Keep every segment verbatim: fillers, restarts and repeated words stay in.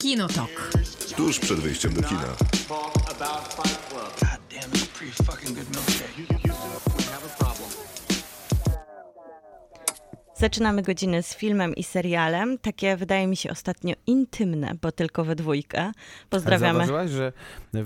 Kinotok. Tuż przed wyjściem do kina. Zaczynamy godzinę z filmem i serialem. Takie wydaje mi się ostatnio intymne, bo tylko we dwójkę. Pozdrawiamy. A zauważyłaś, że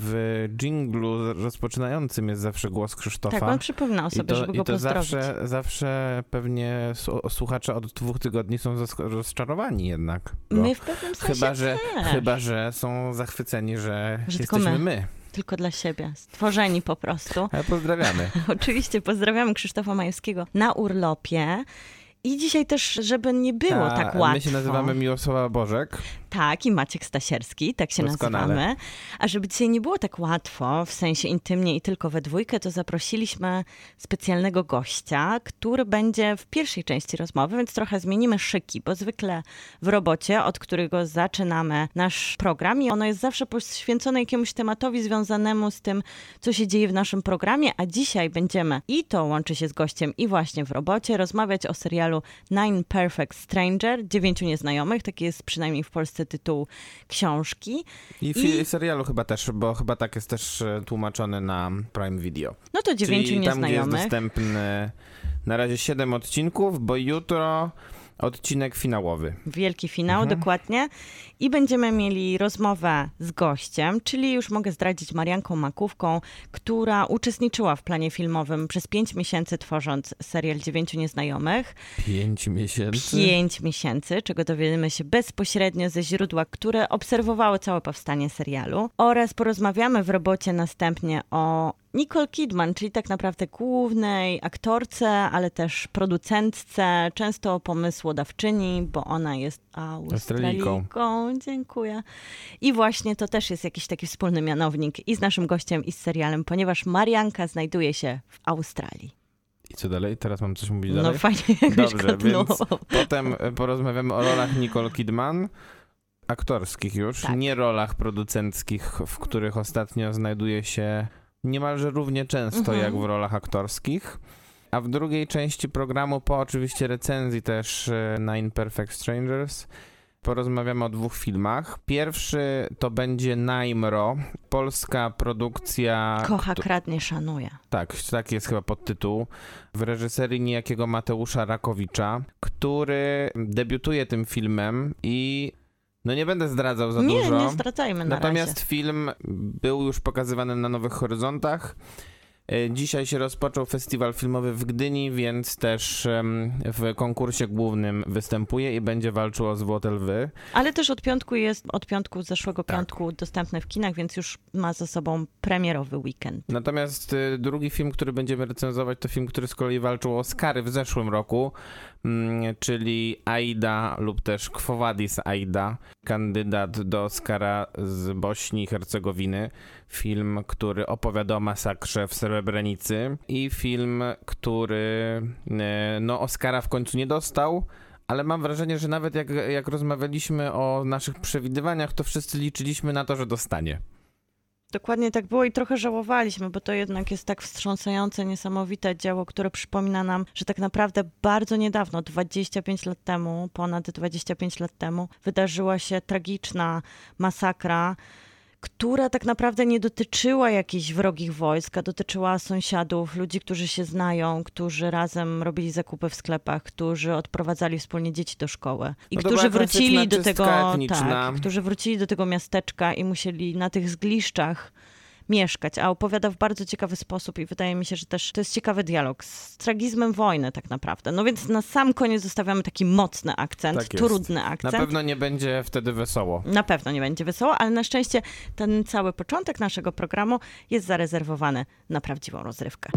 w dżinglu rozpoczynającym jest zawsze głos Krzysztofa? Tak, on przypominał sobie, I to, żeby go i to pozdrowić. zawsze, zawsze pewnie słuchacze od dwóch tygodni są rozczarowani jednak. My w pewnym sensie chyba, że, też. chyba, że są zachwyceni, że, Że jesteśmy tylko my. my. Tylko dla siebie. Stworzeni po prostu. Ale pozdrawiamy. Oczywiście pozdrawiamy Krzysztofa Majewskiego na urlopie. I dzisiaj też, żeby nie było A, tak łatwo. My się nazywamy Miłosława Bożek. Tak, i Maciek Stasierski, tak się Doskonale. nazywamy. A żeby dzisiaj nie było tak łatwo, w sensie intymnie i tylko we dwójkę, to zaprosiliśmy specjalnego gościa, który będzie w pierwszej części rozmowy, więc trochę zmienimy szyki, bo zwykle w robocie, od którego zaczynamy nasz program, i ono jest zawsze poświęcone jakiemuś tematowi związanemu z tym, co się dzieje w naszym programie, a dzisiaj będziemy, i to łączy się z gościem i właśnie w robocie, rozmawiać o serialu Nine Perfect Strangers, Dziewięciu Nieznajomych, taki jest przynajmniej w Polsce tytuł książki. I, I serialu chyba też, bo chyba tak jest też tłumaczony na Prime Video. No to Dziewięciu Czyli tam, Nieznajomych. gdzie jest dostępny na razie siedem odcinków, bo jutro odcinek finałowy. Wielki finał, Mhm. dokładnie. I będziemy mieli rozmowę z gościem, czyli już mogę zdradzić Marianką Makówką, która uczestniczyła w planie filmowym przez pięć miesięcy, tworząc serial Dziewięciu Nieznajomych. Pięć miesięcy? Pięć miesięcy, czego dowiemy się bezpośrednio ze źródła, które obserwowało całe powstanie serialu. Oraz porozmawiamy w robocie następnie o Nicole Kidman, czyli tak naprawdę głównej aktorce, ale też producentce, często pomysłodawczyni, bo ona jest Australijką. Dziękuję. I właśnie to też jest jakiś taki wspólny mianownik i z naszym gościem, i z serialem, ponieważ Marianka znajduje się w Australii. I co dalej? Teraz mam coś mówić dalej? No fajnie, jakbyś Dobrze, kontynuował. więc potem porozmawiamy o rolach Nicole Kidman, aktorskich już, Tak. nie rolach producenckich, w których ostatnio znajduje się niemalże równie często Mhm. jak w rolach aktorskich. A w drugiej części programu, po oczywiście recenzji też Nine Perfect Strangers, porozmawiamy o dwóch filmach. Pierwszy to będzie Najmro, polska produkcja... Kocha, kradnie, szanuje. Tak, tak jest chyba podtytuł. W reżyserii niejakiego Mateusza Rakowicza, który debiutuje tym filmem i no nie będę zdradzał za nie, dużo. Nie, zdradzajmy na Natomiast razie. film był już pokazywany na Nowych Horyzontach. Dzisiaj się rozpoczął festiwal filmowy w Gdyni, więc też w konkursie głównym występuje i będzie walczył o Złote Lwy. Ale też od piątku jest, od piątku, zeszłego Tak. piątku dostępny w kinach, więc już ma za sobą premierowy weekend. Natomiast y, drugi film, który będziemy recenzować, to film, który z kolei walczył o Oscary w zeszłym roku, mm, czyli Aida lub też Quo Vadis Aida, kandydat do Oscara z Bośni i Hercegowiny. Film, który opowiada o masakrze w Srebrenicy i film, który y, no Oscara w końcu nie dostał, ale mam wrażenie, że nawet jak, jak rozmawialiśmy o naszych przewidywaniach, to wszyscy liczyliśmy na to, że dostanie. Dokładnie tak było i trochę żałowaliśmy, bo to jednak jest tak wstrząsające, niesamowite dzieło, które przypomina nam, że tak naprawdę bardzo niedawno, dwadzieścia pięć lat temu, ponad dwadzieścia pięć lat temu, wydarzyła się tragiczna masakra, która tak naprawdę nie dotyczyła jakichś wrogich wojsk, a dotyczyła sąsiadów, ludzi, którzy się znają, którzy razem robili zakupy w sklepach, którzy odprowadzali wspólnie dzieci do szkoły i No to którzy była wrócili klasyczna do tego, czystka etniczna. tak, którzy wrócili do tego miasteczka i musieli na tych zgliszczach mieszkać, a opowiada w bardzo ciekawy sposób i wydaje mi się, że też to jest ciekawy dialog z tragizmem wojny tak naprawdę. No więc na sam koniec zostawiamy taki mocny akcent, Tak jest. trudny akcent. Na pewno nie będzie wtedy wesoło. Na pewno nie będzie wesoło, ale na szczęście ten cały początek naszego programu jest zarezerwowany na prawdziwą rozrywkę.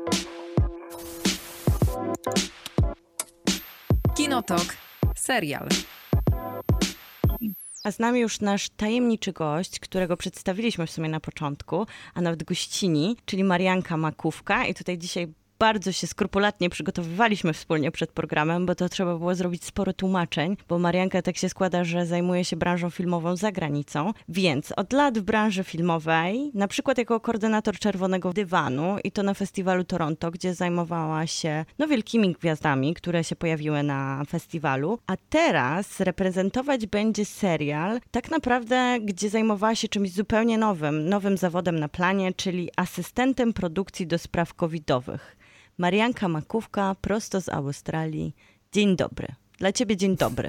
Kinotok. Serial. A z nami już nasz tajemniczy gość, którego przedstawiliśmy w sumie na początku, a nawet gościni, czyli Marianka Makówka. I tutaj dzisiaj bardzo się skrupulatnie przygotowywaliśmy wspólnie przed programem, bo to trzeba było zrobić sporo tłumaczeń, bo Marianka tak się składa, że zajmuje się branżą filmową za granicą, więc od lat w branży filmowej, na przykład jako koordynator Czerwonego Dywanu i to na festiwalu Toronto, gdzie zajmowała się no, wielkimi gwiazdami, które się pojawiły na festiwalu, a teraz reprezentować będzie serial, tak naprawdę, gdzie zajmowała się czymś zupełnie nowym, nowym zawodem na planie, czyli asystentem produkcji do spraw covidowych. Marianka Makówka, prosto z Australii. Dzień dobry. Dla ciebie dzień dobry.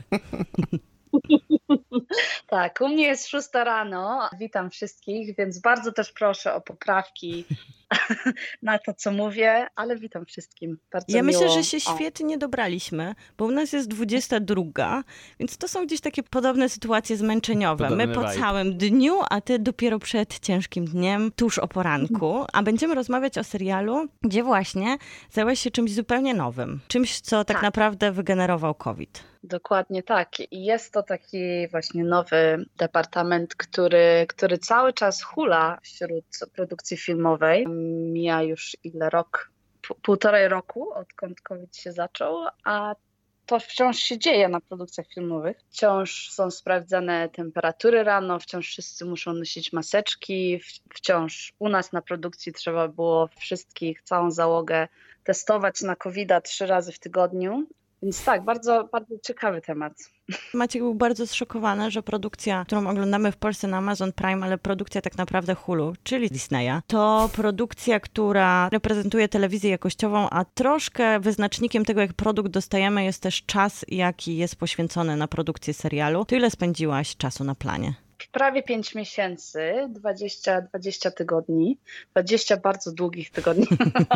Tak, u mnie jest szósta rano. Witam wszystkich, więc bardzo też proszę o poprawki na to, co mówię, ale witam wszystkim. Bardzo ja miło. myślę, że się O. świetnie dobraliśmy, bo u nas jest dwudziesta druga, więc to są gdzieś takie podobne sytuacje zmęczeniowe. Podobny My po vibe. całym dniu, a ty dopiero przed ciężkim dniem, tuż o poranku. A będziemy rozmawiać o serialu, gdzie właśnie zajęłaś się czymś zupełnie nowym. Czymś, co tak Tak. naprawdę wygenerował COVID. Dokładnie tak. I jest to taki właśnie nowy departament, który, który cały czas hula wśród produkcji filmowej. Mija już ile rok, P- półtorej roku, odkąd COVID się zaczął, a to wciąż się dzieje na produkcjach filmowych. Wciąż są sprawdzane temperatury rano, wciąż wszyscy muszą nosić maseczki, w- wciąż u nas na produkcji trzeba było wszystkich, całą załogę testować na kowida trzy razy w tygodniu. Więc tak, bardzo, bardzo ciekawy temat. Maciek był bardzo zszokowany, że produkcja, którą oglądamy w Polsce na Amazon Prime, ale produkcja tak naprawdę Hulu, czyli Disneya, to produkcja, która reprezentuje telewizję jakościową, a troszkę wyznacznikiem tego, jak produkt dostajemy, jest też czas, jaki jest poświęcony na produkcję serialu. To ile spędziłaś czasu na planie? Prawie pięć miesięcy, dwadzieścia, dwadzieścia tygodni, dwadzieścia bardzo długich tygodni.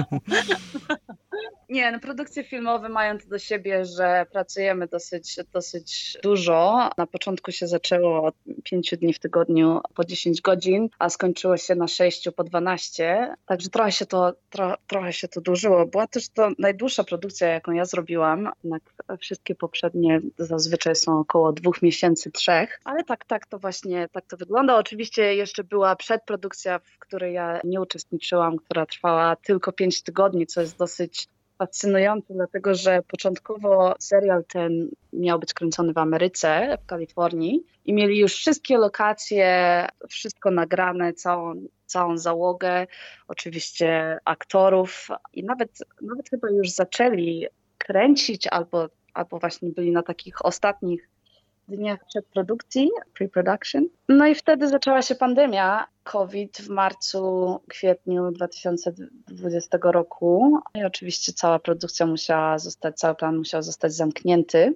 Nie, no produkcje filmowe mają to do siebie, że pracujemy dosyć, dosyć dużo. Na początku się zaczęło od pięciu dni w tygodniu po dziesięć godzin, a skończyło się na sześciu po dwanaście. Także trochę się to, tro, trochę się to dłużyło. Była też to najdłuższa produkcja, jaką ja zrobiłam. Jednak wszystkie poprzednie zazwyczaj są około dwóch miesięcy, trzech. Ale tak, tak to właśnie tak to wygląda. Oczywiście jeszcze była przedprodukcja, w której ja nie uczestniczyłam, która trwała tylko pięć tygodni, co jest dosyć fascynujące, dlatego że początkowo serial ten miał być kręcony w Ameryce, w Kalifornii i mieli już wszystkie lokacje, wszystko nagrane, całą, całą załogę, oczywiście aktorów i nawet, nawet chyba już zaczęli kręcić albo, albo właśnie byli na takich ostatnich dniach przedprodukcji, pre-production. No i wtedy zaczęła się pandemia, COVID w marcu, kwietniu dwa tysiące dwudziestego roku. I oczywiście cała produkcja musiała zostać, cały plan musiał zostać zamknięty.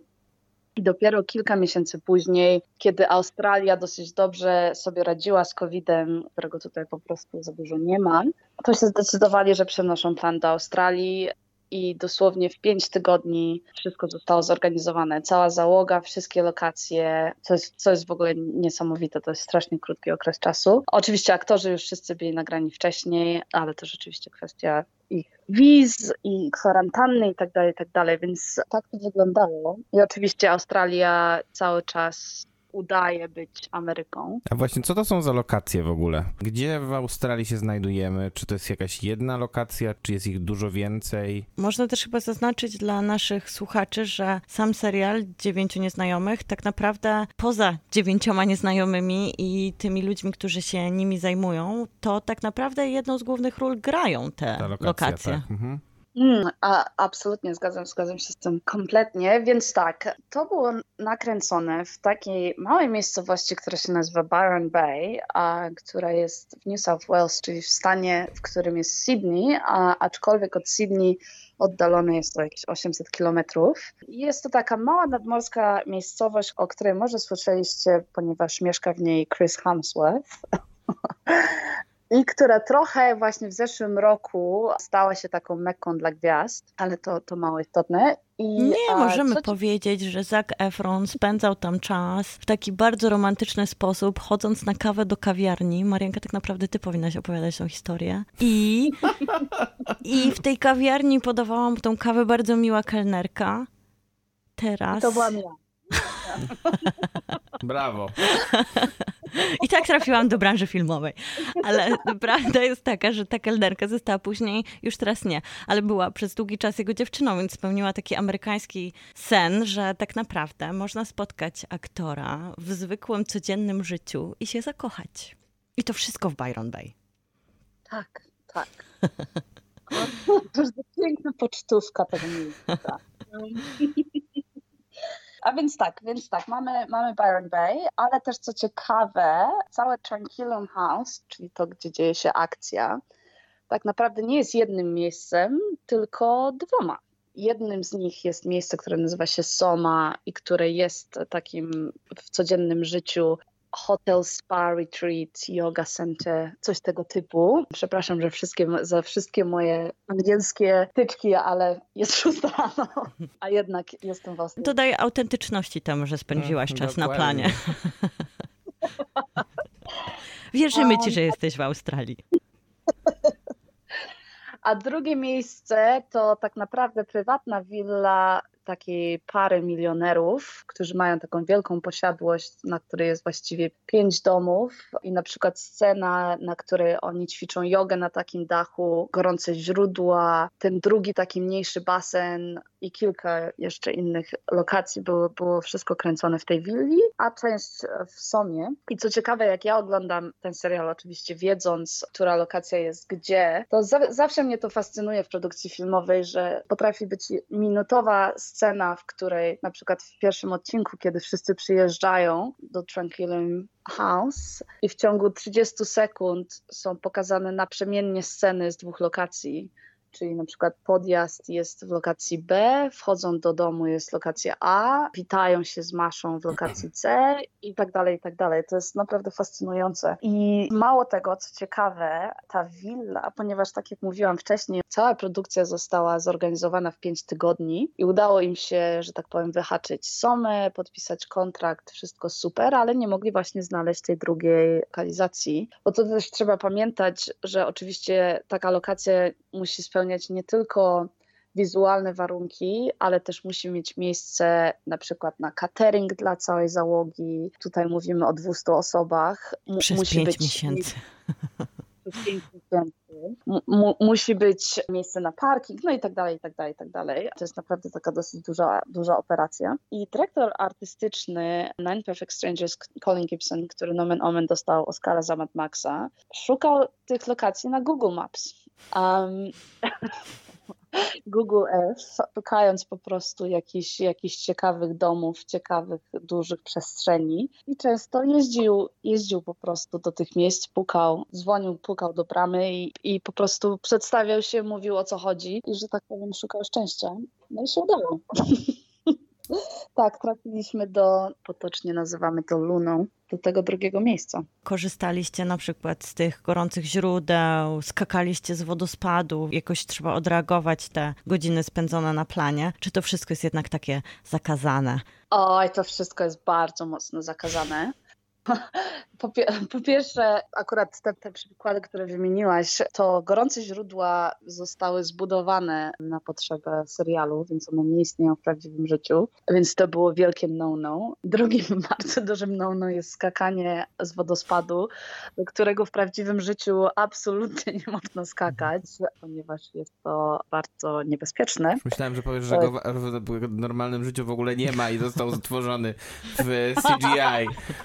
I dopiero kilka miesięcy później, kiedy Australia dosyć dobrze sobie radziła z kowidem, którego tutaj po prostu za dużo nie ma, to się zdecydowali, że przenoszą plan do Australii. I dosłownie w pięć tygodni wszystko zostało zorganizowane. Cała załoga, wszystkie lokacje, co jest, co jest w ogóle niesamowite. To jest strasznie krótki okres czasu. Oczywiście aktorzy już wszyscy byli nagrani wcześniej, ale też oczywiście kwestia ich wiz i kwarantanny i tak dalej, i tak dalej. Więc tak to wyglądało. I oczywiście Australia cały czas udaje być Ameryką. A właśnie, co to są za lokacje w ogóle? Gdzie w Australii się znajdujemy? Czy to jest jakaś jedna lokacja, czy jest ich dużo więcej? Można też chyba zaznaczyć dla naszych słuchaczy, że sam serial Dziewięciu Nieznajomych tak naprawdę poza dziewięcioma nieznajomymi i tymi ludźmi, którzy się nimi zajmują, to tak naprawdę jedną z głównych ról grają te Ta lokacja, lokacje. tak. Mhm. Mm, a, absolutnie zgadzam, zgadzam się z tym kompletnie, więc tak, to było nakręcone w takiej małej miejscowości, która się nazywa Byron Bay, a która jest w New South Wales, czyli w stanie, w którym jest Sydney, a aczkolwiek od Sydney oddalone jest to jakieś osiemset kilometrów. Jest to taka mała nadmorska miejscowość, o której może słyszeliście, ponieważ mieszka w niej Chris Hemsworth. I która trochę właśnie w zeszłym roku stała się taką mekką dla gwiazd, ale to, to mało istotne. I, Nie, a, możemy co ci... powiedzieć, że Zac Efron spędzał tam czas w taki bardzo romantyczny sposób, chodząc na kawę do kawiarni. Marianka, tak naprawdę ty powinnaś opowiadać tą historię. I, i w tej kawiarni podawała mu tą kawę bardzo miła kelnerka. Teraz... To byłam ja. Brawo. I tak trafiłam do branży filmowej. Ale prawda jest taka, że ta kelnerka została później, już teraz nie, ale była przez długi czas jego dziewczyną, więc spełniła taki amerykański sen, że tak naprawdę można spotkać aktora w zwykłym, codziennym życiu i się zakochać. I to wszystko w Byron Bay. Tak, tak. To jest piękna pocztówka tego miejsca. A więc tak, więc tak, mamy, mamy Byron Bay, ale też co ciekawe, całe Tranquillum House, czyli to, gdzie dzieje się akcja, tak naprawdę nie jest jednym miejscem, tylko dwoma. Jednym z nich jest miejsce, które nazywa się Soma i które jest takim w codziennym życiu hotel, spa, retreat, yoga center, coś tego typu. Przepraszam, że wszystkie, za wszystkie moje angielskie tyczki, ale jest szósta rano, a jednak jestem w Australii. Dodaj autentyczności temu, że spędziłaś czas Dokładnie. na planie. Wierzymy ci, że jesteś w Australii. A drugie miejsce to tak naprawdę prywatna willa takiej pary milionerów, którzy mają taką wielką posiadłość, na której jest właściwie pięć domów i na przykład scena, na której oni ćwiczą jogę na takim dachu, gorące źródła, ten drugi taki mniejszy basen i kilka jeszcze innych lokacji było, było wszystko kręcone w tej willi, a część w Somie. I co ciekawe, jak ja oglądam ten serial, oczywiście wiedząc, która lokacja jest gdzie, to za, zawsze mnie to fascynuje w produkcji filmowej, że potrafi być minutowa scena, w której na przykład w pierwszym odcinku, kiedy wszyscy przyjeżdżają do Tranquillum House i w ciągu trzydziestu sekund są pokazane naprzemiennie sceny z dwóch lokacji. Czyli na przykład podjazd jest w lokacji B, wchodzą do domu jest lokacja A, witają się z Maszą w lokacji C i tak dalej, i tak dalej. To jest naprawdę fascynujące. I mało tego, co ciekawe, ta willa, ponieważ tak jak mówiłam wcześniej, cała produkcja została zorganizowana w pięć tygodni i udało im się, że tak powiem, wyhaczyć Somę, podpisać kontrakt, wszystko super, ale nie mogli właśnie znaleźć tej drugiej lokalizacji. Bo to też trzeba pamiętać, że oczywiście taka lokacja musi spełniać nie tylko wizualne warunki, ale też musi mieć miejsce na przykład na catering dla całej załogi. Tutaj mówimy o dwustu osobach. M- Przez musi pięć być miesięcy. Przez pięć miesięcy. M- musi być miejsce na parking, no i tak dalej, i tak dalej, i tak dalej. To jest naprawdę taka dosyć duża, duża operacja. I dyrektor artystyczny Nine Perfect Strangers, Colin Gibson, który nomen omen dostał Oscara za Mad Maxa, szukał tych lokacji na Google Maps. Um, Google Earth, szukając po prostu jakichś, jakichś ciekawych domów, ciekawych, dużych przestrzeni i często jeździł, jeździł po prostu do tych miejsc, pukał, dzwonił, pukał do bramy i, i po prostu przedstawiał się, mówił o co chodzi i że tak powiem szukał szczęścia. No i się udało. Tak, trafiliśmy do, potocznie nazywamy to Luną, do tego drugiego miejsca. Korzystaliście na przykład z tych gorących źródeł, skakaliście z wodospadu, jakoś trzeba odreagować te godziny spędzone na planie. Czy to wszystko jest jednak takie zakazane? Oj, to wszystko jest bardzo mocno zakazane. Po, pie- po pierwsze, akurat te, te przykłady, które wymieniłaś, to gorące źródła zostały zbudowane na potrzebę serialu, więc one nie istnieją w prawdziwym życiu, więc to było wielkie no-no. Drugim bardzo dużym no-no jest skakanie z wodospadu, do którego w prawdziwym życiu absolutnie nie można skakać, ponieważ jest to bardzo niebezpieczne. Myślałem, że powiesz, że go w, w normalnym życiu w ogóle nie ma i został stworzony w C G I.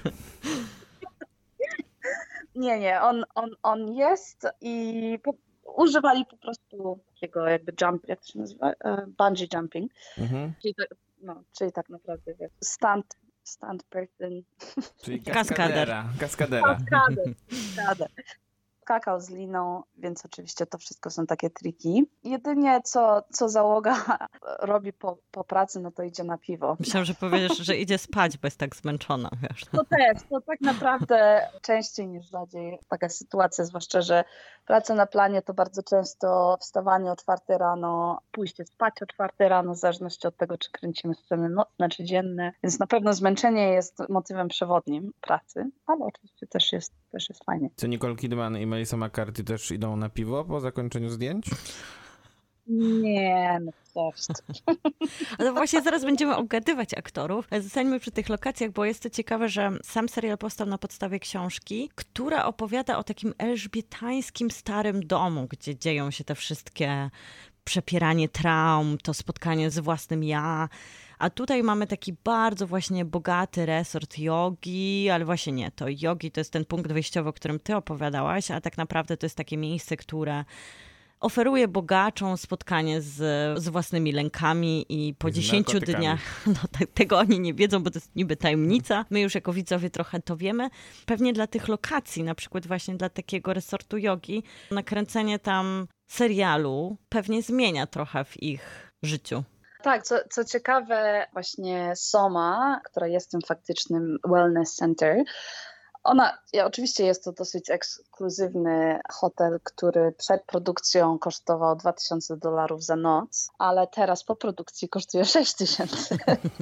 Nie, nie, on, on, on jest i po, używali po prostu takiego jakby jump, jak to się nazywa? Uh, bungee jumping. Mhm. Czyli, tak, no, czyli tak naprawdę wiesz, stunt, stunt person. Czyli Kaskader. kaskadera. Kaskadera. Kaskader. Kaskader. Skakał z liną, więc oczywiście to wszystko są takie triki. Jedynie co, co załoga robi po, po pracy, no to idzie na piwo. Myślałam, że powiesz, że idzie spać, bo jest tak zmęczona, wiesz. To też, to tak naprawdę częściej niż rzadziej taka sytuacja, zwłaszcza, że praca na planie to bardzo często wstawanie o czwartej rano, pójście spać o czwartej rano, w zależności od tego, czy kręcimy sceny nocne, czy dzienne. Więc na pewno zmęczenie jest motywem przewodnim pracy, ale oczywiście też jest, też jest fajnie. Co Nicole Kidman i Melissa McCarthy też idą na piwo po zakończeniu zdjęć? Nie, no coś. Ale właśnie zaraz będziemy obgadywać aktorów. Zostańmy przy tych lokacjach, bo jest to ciekawe, że sam serial powstał na podstawie książki, która opowiada o takim elżbietańskim starym domu, gdzie dzieją się te wszystkie przepieranie traum, to spotkanie z własnym ja. A tutaj mamy taki bardzo właśnie bogaty resort jogi, ale właśnie nie, to jogi to jest ten punkt wyjściowy, o którym ty opowiadałaś, a tak naprawdę to jest takie miejsce, które oferuje bogaczom spotkanie z, z własnymi lękami i po Z dziesięciu narkotykami. dniach, no te, tego oni nie wiedzą, bo to jest niby tajemnica. My już jako widzowie trochę to wiemy. Pewnie dla tych lokacji, na przykład właśnie dla takiego resortu jogi, nakręcenie tam serialu pewnie zmienia trochę w ich życiu. Tak, co, co ciekawe, właśnie Soma, która jest tym faktycznym wellness center, ona, ja, oczywiście jest to dosyć ekskluzywny hotel, który przed produkcją kosztował dwa tysiące dolarów za noc, ale teraz po produkcji kosztuje sześć tysięcy.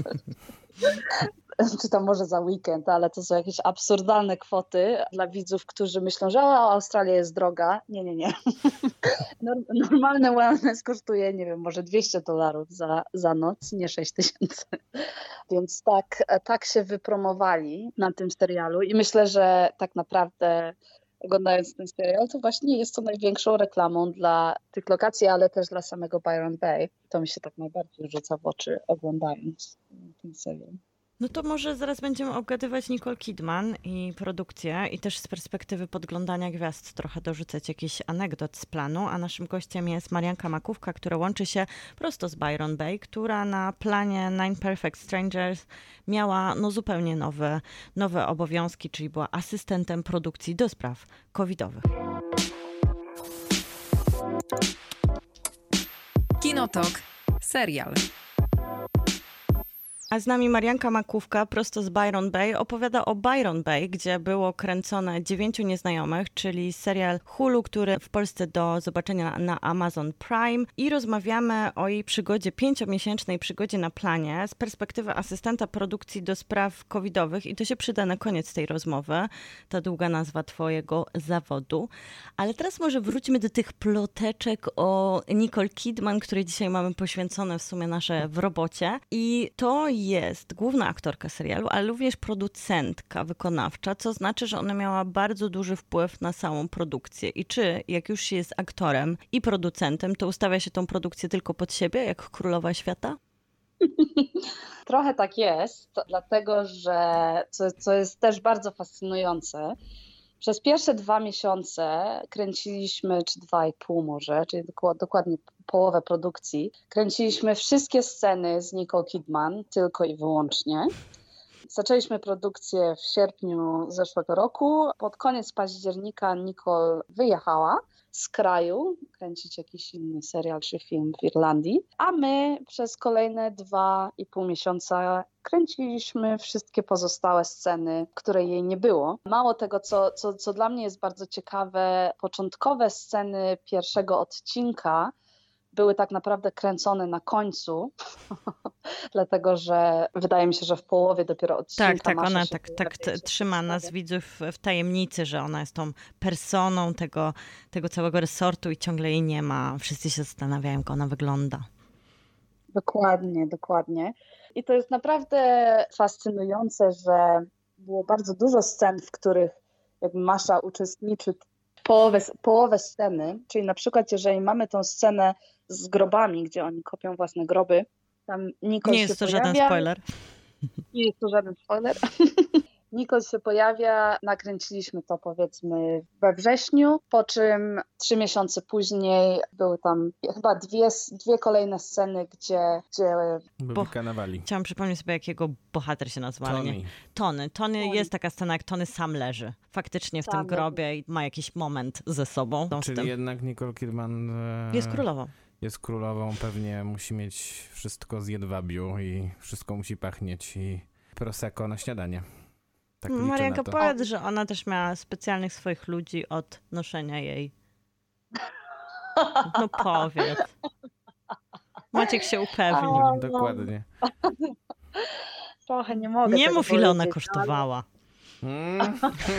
Czy tam może za weekend, ale to są jakieś absurdalne kwoty dla widzów, którzy myślą, że o, Australia jest droga. Nie, nie, nie. Normalny wellness kosztuje, nie wiem, może dwieście dolarów za, za noc, nie sześć tysięcy. Więc tak, tak się wypromowali na tym serialu i myślę, że tak naprawdę oglądając ten serial, to właśnie jest to największą reklamą dla tych lokacji, ale też dla samego Byron Bay. To mi się tak najbardziej rzuca w oczy oglądając ten serial. No to może zaraz będziemy obgadywać Nicole Kidman i produkcję i też z perspektywy podglądania gwiazd trochę dorzucać jakiś anegdot z planu, a naszym gościem jest Marianka Makówka, która łączy się prosto z Byron Bay, która na planie Nine Perfect Strangers miała no zupełnie nowe, nowe obowiązki, czyli była asystentem produkcji do spraw covidowych. Kinotok. Serial. A z nami Marianka Makówka, prosto z Byron Bay, opowiada o Byron Bay, gdzie było kręcone Dziewięciu Nieznajomych, czyli serial Hulu, który w Polsce do zobaczenia na Amazon Prime. I rozmawiamy o jej przygodzie, pięciomiesięcznej przygodzie na planie z perspektywy asystenta produkcji do spraw covidowych. I to się przyda na koniec tej rozmowy, ta długa nazwa twojego zawodu. Ale teraz może wróćmy do tych ploteczek o Nicole Kidman, której dzisiaj mamy poświęcone w sumie nasze w robocie. I to jest główna aktorka serialu, ale również producentka wykonawcza, co znaczy, że ona miała bardzo duży wpływ na samą produkcję. I czy jak już się jest aktorem i producentem, to ustawia się tą produkcję tylko pod siebie, jak królowa świata? Trochę tak jest, dlatego że, co, co jest też bardzo fascynujące, przez pierwsze dwa miesiące kręciliśmy, czy dwa i pół może, czyli dokładnie połowę produkcji, kręciliśmy wszystkie sceny z Nicole Kidman, tylko i wyłącznie. Zaczęliśmy produkcję w sierpniu zeszłego roku. Pod koniec października Nicole wyjechała z kraju kręcić jakiś inny serial czy film w Irlandii, a my przez kolejne dwa i pół miesiąca kręciliśmy wszystkie pozostałe sceny, której jej nie było. Mało tego, co, co, co dla mnie jest bardzo ciekawe, początkowe sceny pierwszego odcinka były tak naprawdę kręcone na końcu, dlatego że wydaje mi się, że w połowie dopiero odcinka Tak, tak, Masza ona się tak, pojawia tak i się trzyma nas przedstawia. widzów w tajemnicy, że ona jest tą personą tego, tego całego resortu i ciągle jej nie ma. Wszyscy się zastanawiają, jak ona wygląda. Dokładnie, dokładnie. I to jest naprawdę fascynujące, że było bardzo dużo scen, w których jakby Masza uczestniczy połowę, połowę sceny, czyli na przykład jeżeli mamy tą scenę z grobami, gdzie oni kopią własne groby, tam Nicole Nie się jest to pojawia. żaden spoiler. Nie jest to żaden spoiler. Nicole się pojawia, nakręciliśmy to powiedzmy we wrześniu, po czym trzy miesiące później były tam chyba dwie, dwie kolejne sceny, gdzie... gdzie Bo kanawali. Chciałam przypomnieć sobie, jakiego bohater się nazywa. ale nie. Tony. Tony. Tony. Tony. Jest taka scena, jak Tony sam leży. Faktycznie w Sam tym leży. grobie i ma jakiś moment ze sobą. Z Czyli tym. jednak Nicole Kidman e, Jest królową. jest królową, pewnie musi mieć wszystko z jedwabiu i wszystko musi pachnieć i prosecco na śniadanie. Tak liczę Marianka, na to. powiedz, że ona też miała specjalnych swoich ludzi od noszenia jej. No powiedz. Maciek się upewnił. A, Dokładnie. Trochę nie mogę Nie tego mów, ile ona powiedzieć, kosztowała. Mm.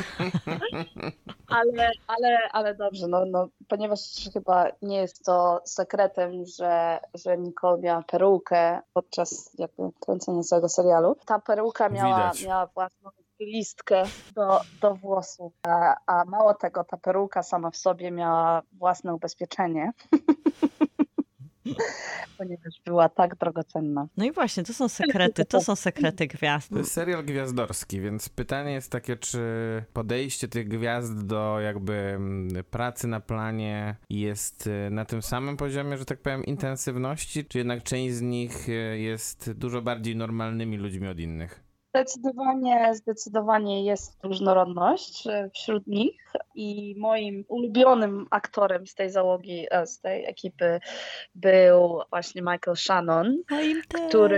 Ale, ale, ale dobrze, no, no, ponieważ chyba nie jest to sekretem, że, że Nicole miała perukę podczas jakby kręcenia całego serialu. Ta peruka miała, miała własną stylistkę do, do włosów, a, a mało tego, ta peruka sama w sobie miała własne ubezpieczenie. Ponieważ była tak drogocenna. No i właśnie, to są sekrety, to są sekrety gwiazd. To jest serial gwiazdorski, więc pytanie jest takie, czy podejście tych gwiazd do jakby pracy na planie jest na tym samym poziomie, że tak powiem, intensywności, czy jednak część z nich jest dużo bardziej normalnymi ludźmi od innych? Zdecydowanie, zdecydowanie jest różnorodność wśród nich i moim ulubionym aktorem z tej załogi, z tej ekipy był właśnie Michael Shannon, który,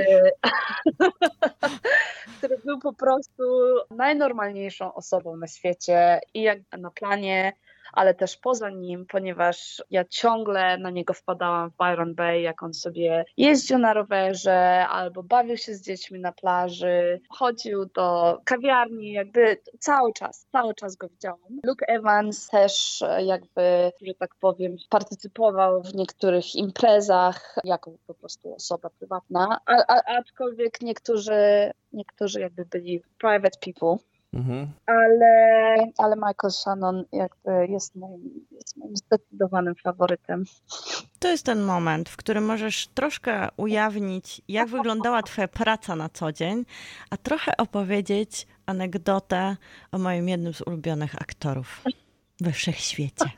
który był po prostu najnormalniejszą osobą na świecie i jak na planie, ale też poza nim, ponieważ ja ciągle na niego wpadałam w Byron Bay, jak on sobie jeździł na rowerze albo bawił się z dziećmi na plaży, chodził do kawiarni, jakby cały czas, cały czas go widziałam. Luke Evans też jakby, że tak powiem, partycypował w niektórych imprezach jako po prostu osoba prywatna, a, a, aczkolwiek niektórzy, niektórzy jakby byli private people. Mhm. Ale, ale Michael Shannon jakby jest moim, jest moim zdecydowanym faworytem. To jest ten moment, w którym możesz troszkę ujawnić, jak wyglądała twoja praca na co dzień, a trochę opowiedzieć anegdotę o moim jednym z ulubionych aktorów we wszechświecie.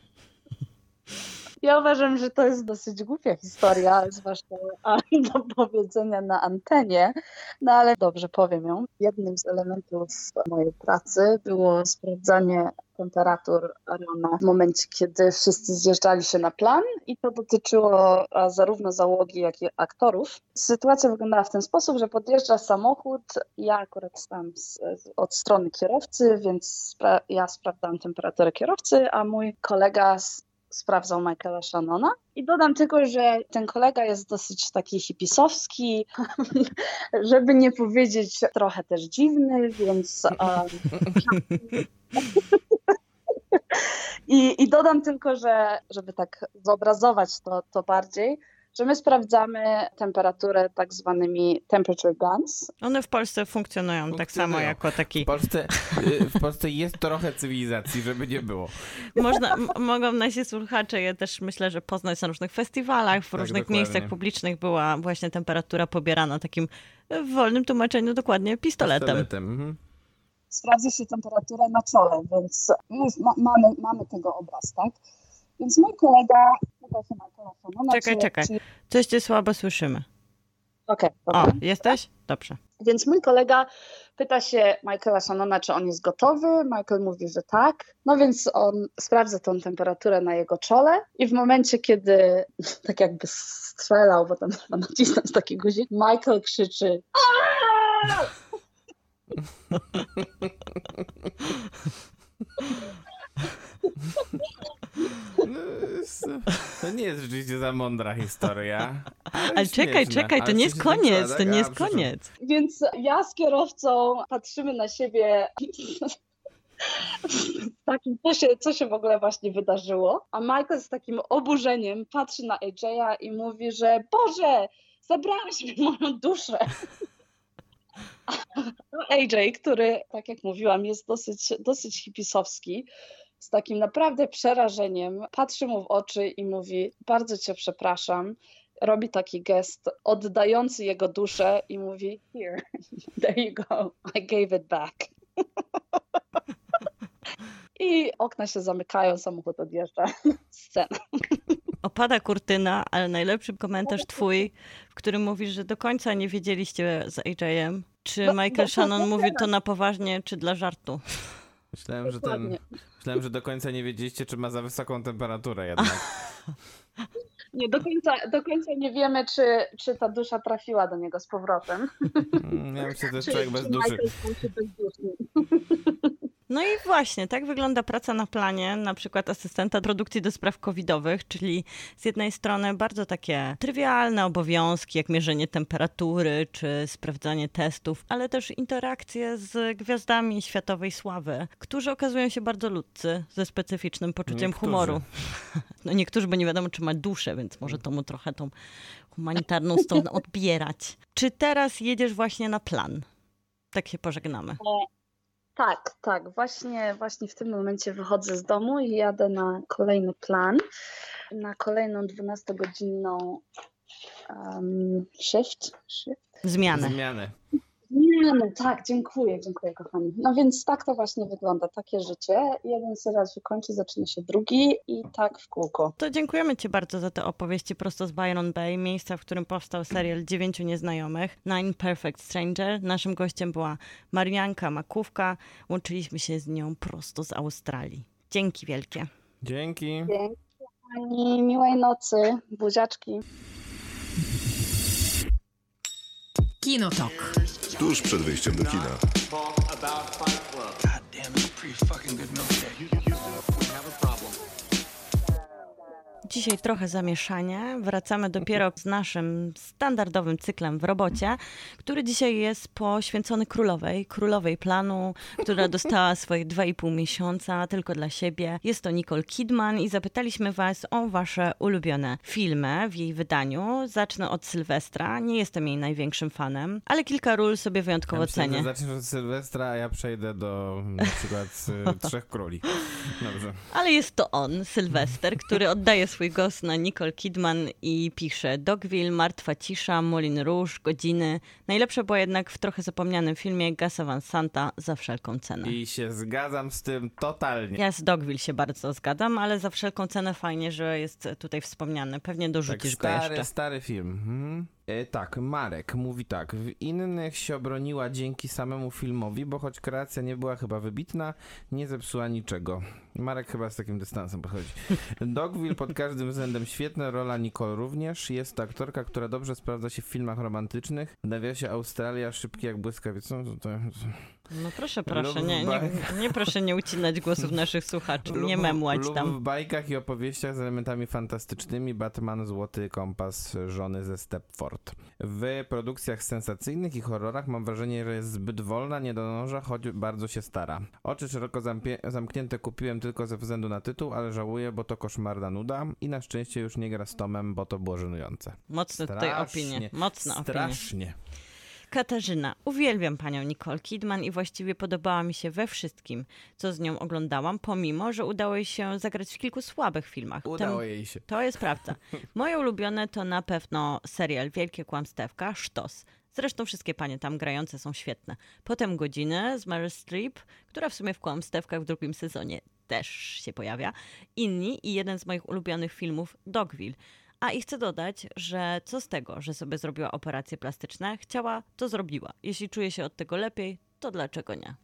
Ja uważam, że to jest dosyć głupia historia, zwłaszcza do powiedzenia na antenie, no ale dobrze, powiem ją. Jednym z elementów mojej pracy było sprawdzanie temperatur Arona w momencie, kiedy wszyscy zjeżdżali się na plan i to dotyczyło zarówno załogi, jak i aktorów. Sytuacja wyglądała w ten sposób, że podjeżdża samochód, ja akurat stałam z, z, od strony kierowcy, więc spra- ja sprawdzałam temperaturę kierowcy, a mój kolega z, sprawdzał Michaela Shannona. I dodam tylko, że ten kolega jest dosyć taki hipisowski, żeby nie powiedzieć trochę też dziwny, więc... Um, I, I dodam tylko, że żeby tak zobrazować to, to bardziej, że my sprawdzamy temperaturę tak zwanymi temperature guns. One w Polsce funkcjonują, funkcjonują. tak samo jako taki... W Polsce, w Polsce jest trochę cywilizacji, żeby nie było. Można, m- mogą nasi słuchacze je też, myślę, że poznać na różnych festiwalach, w tak, różnych dokładnie. miejscach publicznych była właśnie temperatura pobierana takim w wolnym tłumaczeniu dokładnie pistoletem. pistoletem. Mhm. Sprawdza się temperaturę na czole, więc już ma, mamy, mamy tego obraz, tak? Więc mój kolega pyta się na telefon. Czekaj, czy, czekaj. Czy... Coś cię słabo słyszymy. Okej. Okay, o, jesteś? Dobrze. Więc mój kolega pyta się Michaela Shannona, czy on jest gotowy. Michael mówi, że tak. No więc on sprawdza tą temperaturę na jego czole i w momencie, kiedy tak jakby strzelał, bo tam trzeba nacisnąć taki guzik, Michael krzyczy Aaaa! No, to nie jest rzeczywiście za mądra historia. Ale, ale czekaj, czekaj, to nie jest koniec, tak? to nie jest A, koniec. Więc ja z kierowcą patrzymy na siebie takim, co się, co się w ogóle właśnie wydarzyło, a Michael z takim oburzeniem patrzy na A J a i mówi, że Boże, zabrałeś mi moją duszę. A J, który, tak jak mówiłam, jest dosyć, dosyć hipisowski, z takim naprawdę przerażeniem, patrzy mu w oczy i mówi, bardzo cię przepraszam, robi taki gest oddający jego duszę i mówi, here, there you go, I gave it back. I okna się zamykają, samochód odjeżdża, scena. Opada kurtyna, ale najlepszy komentarz twój, w którym mówisz, że do końca nie wiedzieliście z A J-em, czy no, Michael Shannon mówi to na poważnie, czy dla żartu. Myślałem, że ten, myślałem, że do końca nie wiedzieliście, czy ma za wysoką temperaturę jednak. Nie, do końca, do końca nie wiemy, czy, czy ta dusza trafiła do niego z powrotem. Ja myślę, że to jest człowiek bez duszy. No i właśnie, tak wygląda praca na planie, na przykład asystenta produkcji do spraw covidowych, czyli z jednej strony bardzo takie trywialne obowiązki, jak mierzenie temperatury czy sprawdzanie testów, ale też interakcje z gwiazdami światowej sławy, którzy okazują się bardzo ludcy, ze specyficznym poczuciem Niektórzy. humoru. No niektórzy, bo nie wiadomo, czy ma duszę, więc może to mu trochę tą humanitarną stronę odbierać. Czy teraz jedziesz właśnie na plan? Tak się pożegnamy. Tak, tak. Właśnie, właśnie w tym momencie wychodzę z domu i jadę na kolejny plan, na kolejną dwunastogodzinną um, shift. shift. Zmianę. Zmiany. Nie, no tak, dziękuję, dziękuję kochani. No więc tak to właśnie wygląda, takie życie. Jeden serial się kończy, zaczyna się drugi i tak w kółko. To dziękujemy Ci bardzo za te opowieści prosto z Byron Bay, miejsca, w którym powstał serial Dziewięciu Nieznajomych, Nine Perfect Stranger. Naszym gościem była Marianka Makówka. Łączyliśmy się z nią prosto z Australii. Dzięki wielkie. Dzięki. Dzięki kochani, miłej nocy, buziaczki. Kinotok. Tuż przed wyjściem do kina. God damn, it's a pretty fucking good milkshake. We have a problem. Dzisiaj trochę zamieszanie. Wracamy dopiero z naszym standardowym cyklem w robocie, który dzisiaj jest poświęcony królowej, królowej planu, która dostała swoje dwa i pół miesiąca tylko dla siebie. Jest to Nicole Kidman i zapytaliśmy was o wasze ulubione filmy w jej wydaniu. Zacznę od Sylwestra. Nie jestem jej największym fanem, ale kilka ról sobie wyjątkowo Ja myślę, cenię. że zaczniesz od Sylwestra, a ja przejdę do na przykład y, Trzech Króli. Dobrze. Ale jest to on, Sylwester, który oddaje swój głos na Nicole Kidman i pisze Dogville, Martwa cisza, Moulin Rouge, Godziny. Najlepsze było jednak w trochę zapomnianym filmie Gasa Van Santa Za wszelką cenę. I się zgadzam z tym totalnie. Ja z Dogville się bardzo zgadzam, ale Za wszelką cenę fajnie, że jest tutaj wspomniany. Pewnie Tak, dorzucisz go stary, jeszcze. stary film. Mhm. E, tak, Marek mówi tak. W innych się obroniła dzięki samemu filmowi, bo choć kreacja nie była chyba wybitna, nie zepsuła niczego. Marek chyba z takim dystansem podchodzi. Dogville pod każdym względem świetna, rola Nicole również. Jest to aktorka, która dobrze sprawdza się w filmach romantycznych. W nawiasie Australia, szybki jak błyskawica. No, to, No proszę, proszę, Lub nie, nie, baj- nie proszę nie ucinać głosów naszych słuchaczy, nie Lub- memłać lub tam. w bajkach i opowieściach z elementami fantastycznymi. Batman, Złoty kompas żony ze Stepford. W produkcjach sensacyjnych i horrorach mam wrażenie, że jest zbyt wolna, nie dąża, choć bardzo się stara. Oczy szeroko zampie- zamknięte kupiłem tylko ze względu na tytuł, ale żałuję, bo to koszmarna nuda i na szczęście już nie gra z Tomem, bo to było żenujące. Mocne tutaj opinie, mocne opinie. Strasznie. Katarzyna, uwielbiam panią Nicole Kidman i właściwie podobała mi się we wszystkim, co z nią oglądałam, pomimo, że udało jej się zagrać w kilku słabych filmach. Udało Tem- jej się. To jest prawda. Moje ulubione to na pewno serial Wielkie Kłamstewka, Sztos. Zresztą wszystkie panie tam grające są świetne. Potem Godziny z Meryl Streep, która w sumie w Kłamstewkach w drugim sezonie też się pojawia. Inni i jeden z moich ulubionych filmów Dogville. A i chcę dodać, że co z tego, że sobie zrobiła operacje plastyczne, chciała, to zrobiła. Jeśli czuje się od tego lepiej, to dlaczego nie?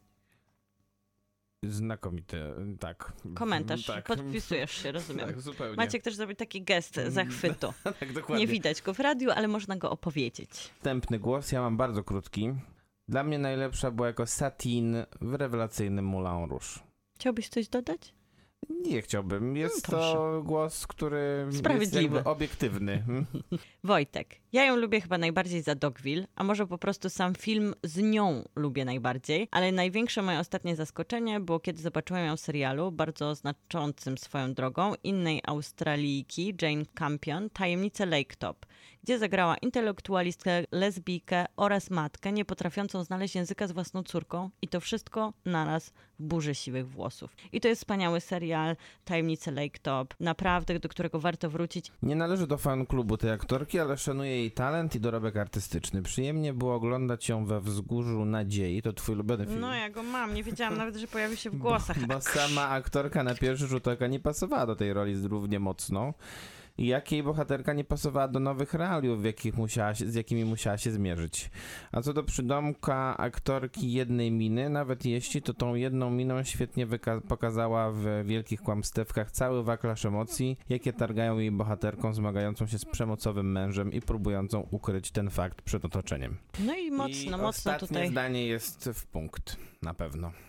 Znakomite, tak. Komentarz, Tak. podpisujesz się, rozumiem. Tak, zupełnie. Maciek też zrobił taki gest zachwytu. tak, dokładnie. Nie widać go w radiu, ale można go opowiedzieć. Wstępny głos, ja mam bardzo krótki. Dla mnie najlepsza była jako Satine w rewelacyjnym Moulin Rouge. Chciałbyś coś dodać? Nie chciałbym. Jest No, proszę. to głos, który jest Sprawiedliwy. jakby obiektywny. Wojtek, ja ją lubię chyba najbardziej za Dogville, a może po prostu sam film z nią lubię najbardziej, ale największe moje ostatnie zaskoczenie było, kiedy zobaczyłem ją w serialu, bardzo znaczącym swoją drogą, innej Australijki, Jane Campion, Tajemnice Lake Top, gdzie zagrała intelektualistkę, lesbijkę oraz matkę, nie potrafiącą znaleźć języka z własną córką i to wszystko naraz w burzy siwych włosów. I to jest wspaniały serial, Tajemnice Lake Top, naprawdę, do którego warto wrócić. Nie należy do fan klubu tej aktorki, ale szanuję jej talent i dorobek artystyczny. Przyjemnie było oglądać ją we Wzgórzu Nadziei. To twój ulubiony film. No ja go mam, nie wiedziałam nawet, że pojawi się w głosach. Bo sama aktorka na pierwszy rzut oka nie pasowała do tej roli równie mocno. I jak jej bohaterka nie pasowała do nowych realiów, w jakich musiała się, z jakimi musiała się zmierzyć. A co do przydomka aktorki jednej miny, nawet jeśli to tą jedną miną świetnie wyka- pokazała w Wielkich Kłamstewkach cały wachlarz emocji, jakie targają jej bohaterką zmagającą się z przemocowym mężem i próbującą ukryć ten fakt przed otoczeniem. No i mocno, I mocno ostatnie tutaj. zdanie jest w punkt, na pewno.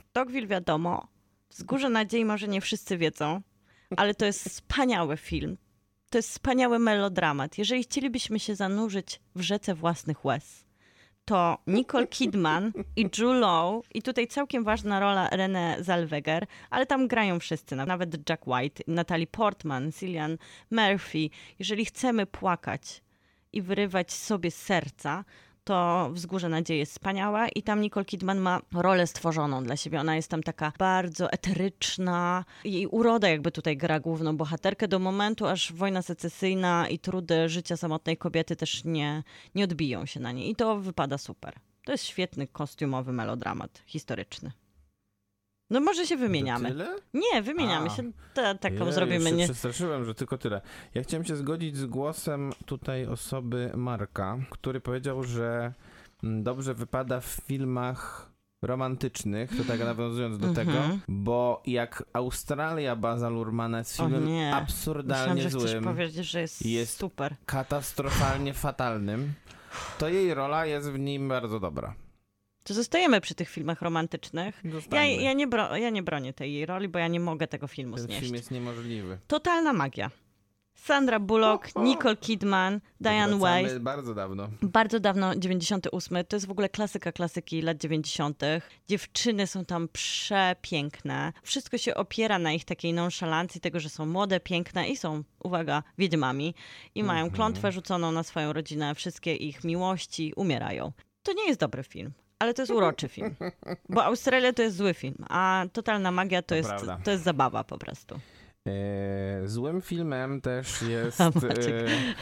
Dogville wiadomo, Wzgórze Nadziei może nie wszyscy wiedzą, ale to jest wspaniały film. To jest wspaniały melodramat. Jeżeli chcielibyśmy się zanurzyć w rzece własnych łez, to Nicole Kidman i Jude Law, i tutaj całkiem ważna rola Renée Zellweger, ale tam grają wszyscy, nawet Jack White, Natalie Portman, Cillian Murphy. Jeżeli chcemy płakać i wyrywać sobie z serca, to Wzgórze Nadziei jest wspaniałe i tam Nicole Kidman ma rolę stworzoną dla siebie. Ona jest tam taka bardzo eteryczna. Jej uroda jakby tutaj gra główną bohaterkę do momentu, aż wojna secesyjna i trudy życia samotnej kobiety też nie, nie odbiją się na niej. I to wypada super. To jest świetny kostiumowy melodramat historyczny. No może się wymieniamy. To tyle? Nie, wymieniamy A. się. Ta, taką Ja zrobimy. już się Nie... przestraszyłem, że tylko tyle. Ja chciałem się zgodzić z głosem tutaj osoby Marka, który powiedział, że mm, dobrze wypada w filmach romantycznych, to tak nawiązując do tego, bo jak Australia Baza Luhrmanna jest O filmem nie. absurdalnie Myślałam, że chcesz złym, powiedzieć, że jest, jest super. katastrofalnie fatalnym, to jej rola jest w nim bardzo dobra. To zostajemy przy tych filmach romantycznych. Ja, Zostańmy. ja, nie bro, ja nie bronię tej jej roli, bo ja nie mogę tego filmu Ten znieść. film jest niemożliwy. Totalna magia. Sandra Bullock, Nicole Kidman, Diane Wracamy Weiss. bardzo dawno. Bardzo dawno, dziewięćdziesiąty ósmy. To jest w ogóle klasyka klasyki lat dziewięćdziesiątych. Dziewczyny są tam przepiękne. Wszystko się opiera na ich takiej nonszalancji, tego, że są młode, piękne i są, uwaga, wiedźmami. I mają Mhm. klątwę rzuconą na swoją rodzinę. Wszystkie ich miłości umierają. To nie jest dobry film. Ale to jest uroczy film. Bo Australia to jest zły film, a Totalna Magia to, To jest, prawda. to jest zabawa po prostu. E, złym filmem też jest... A Maciek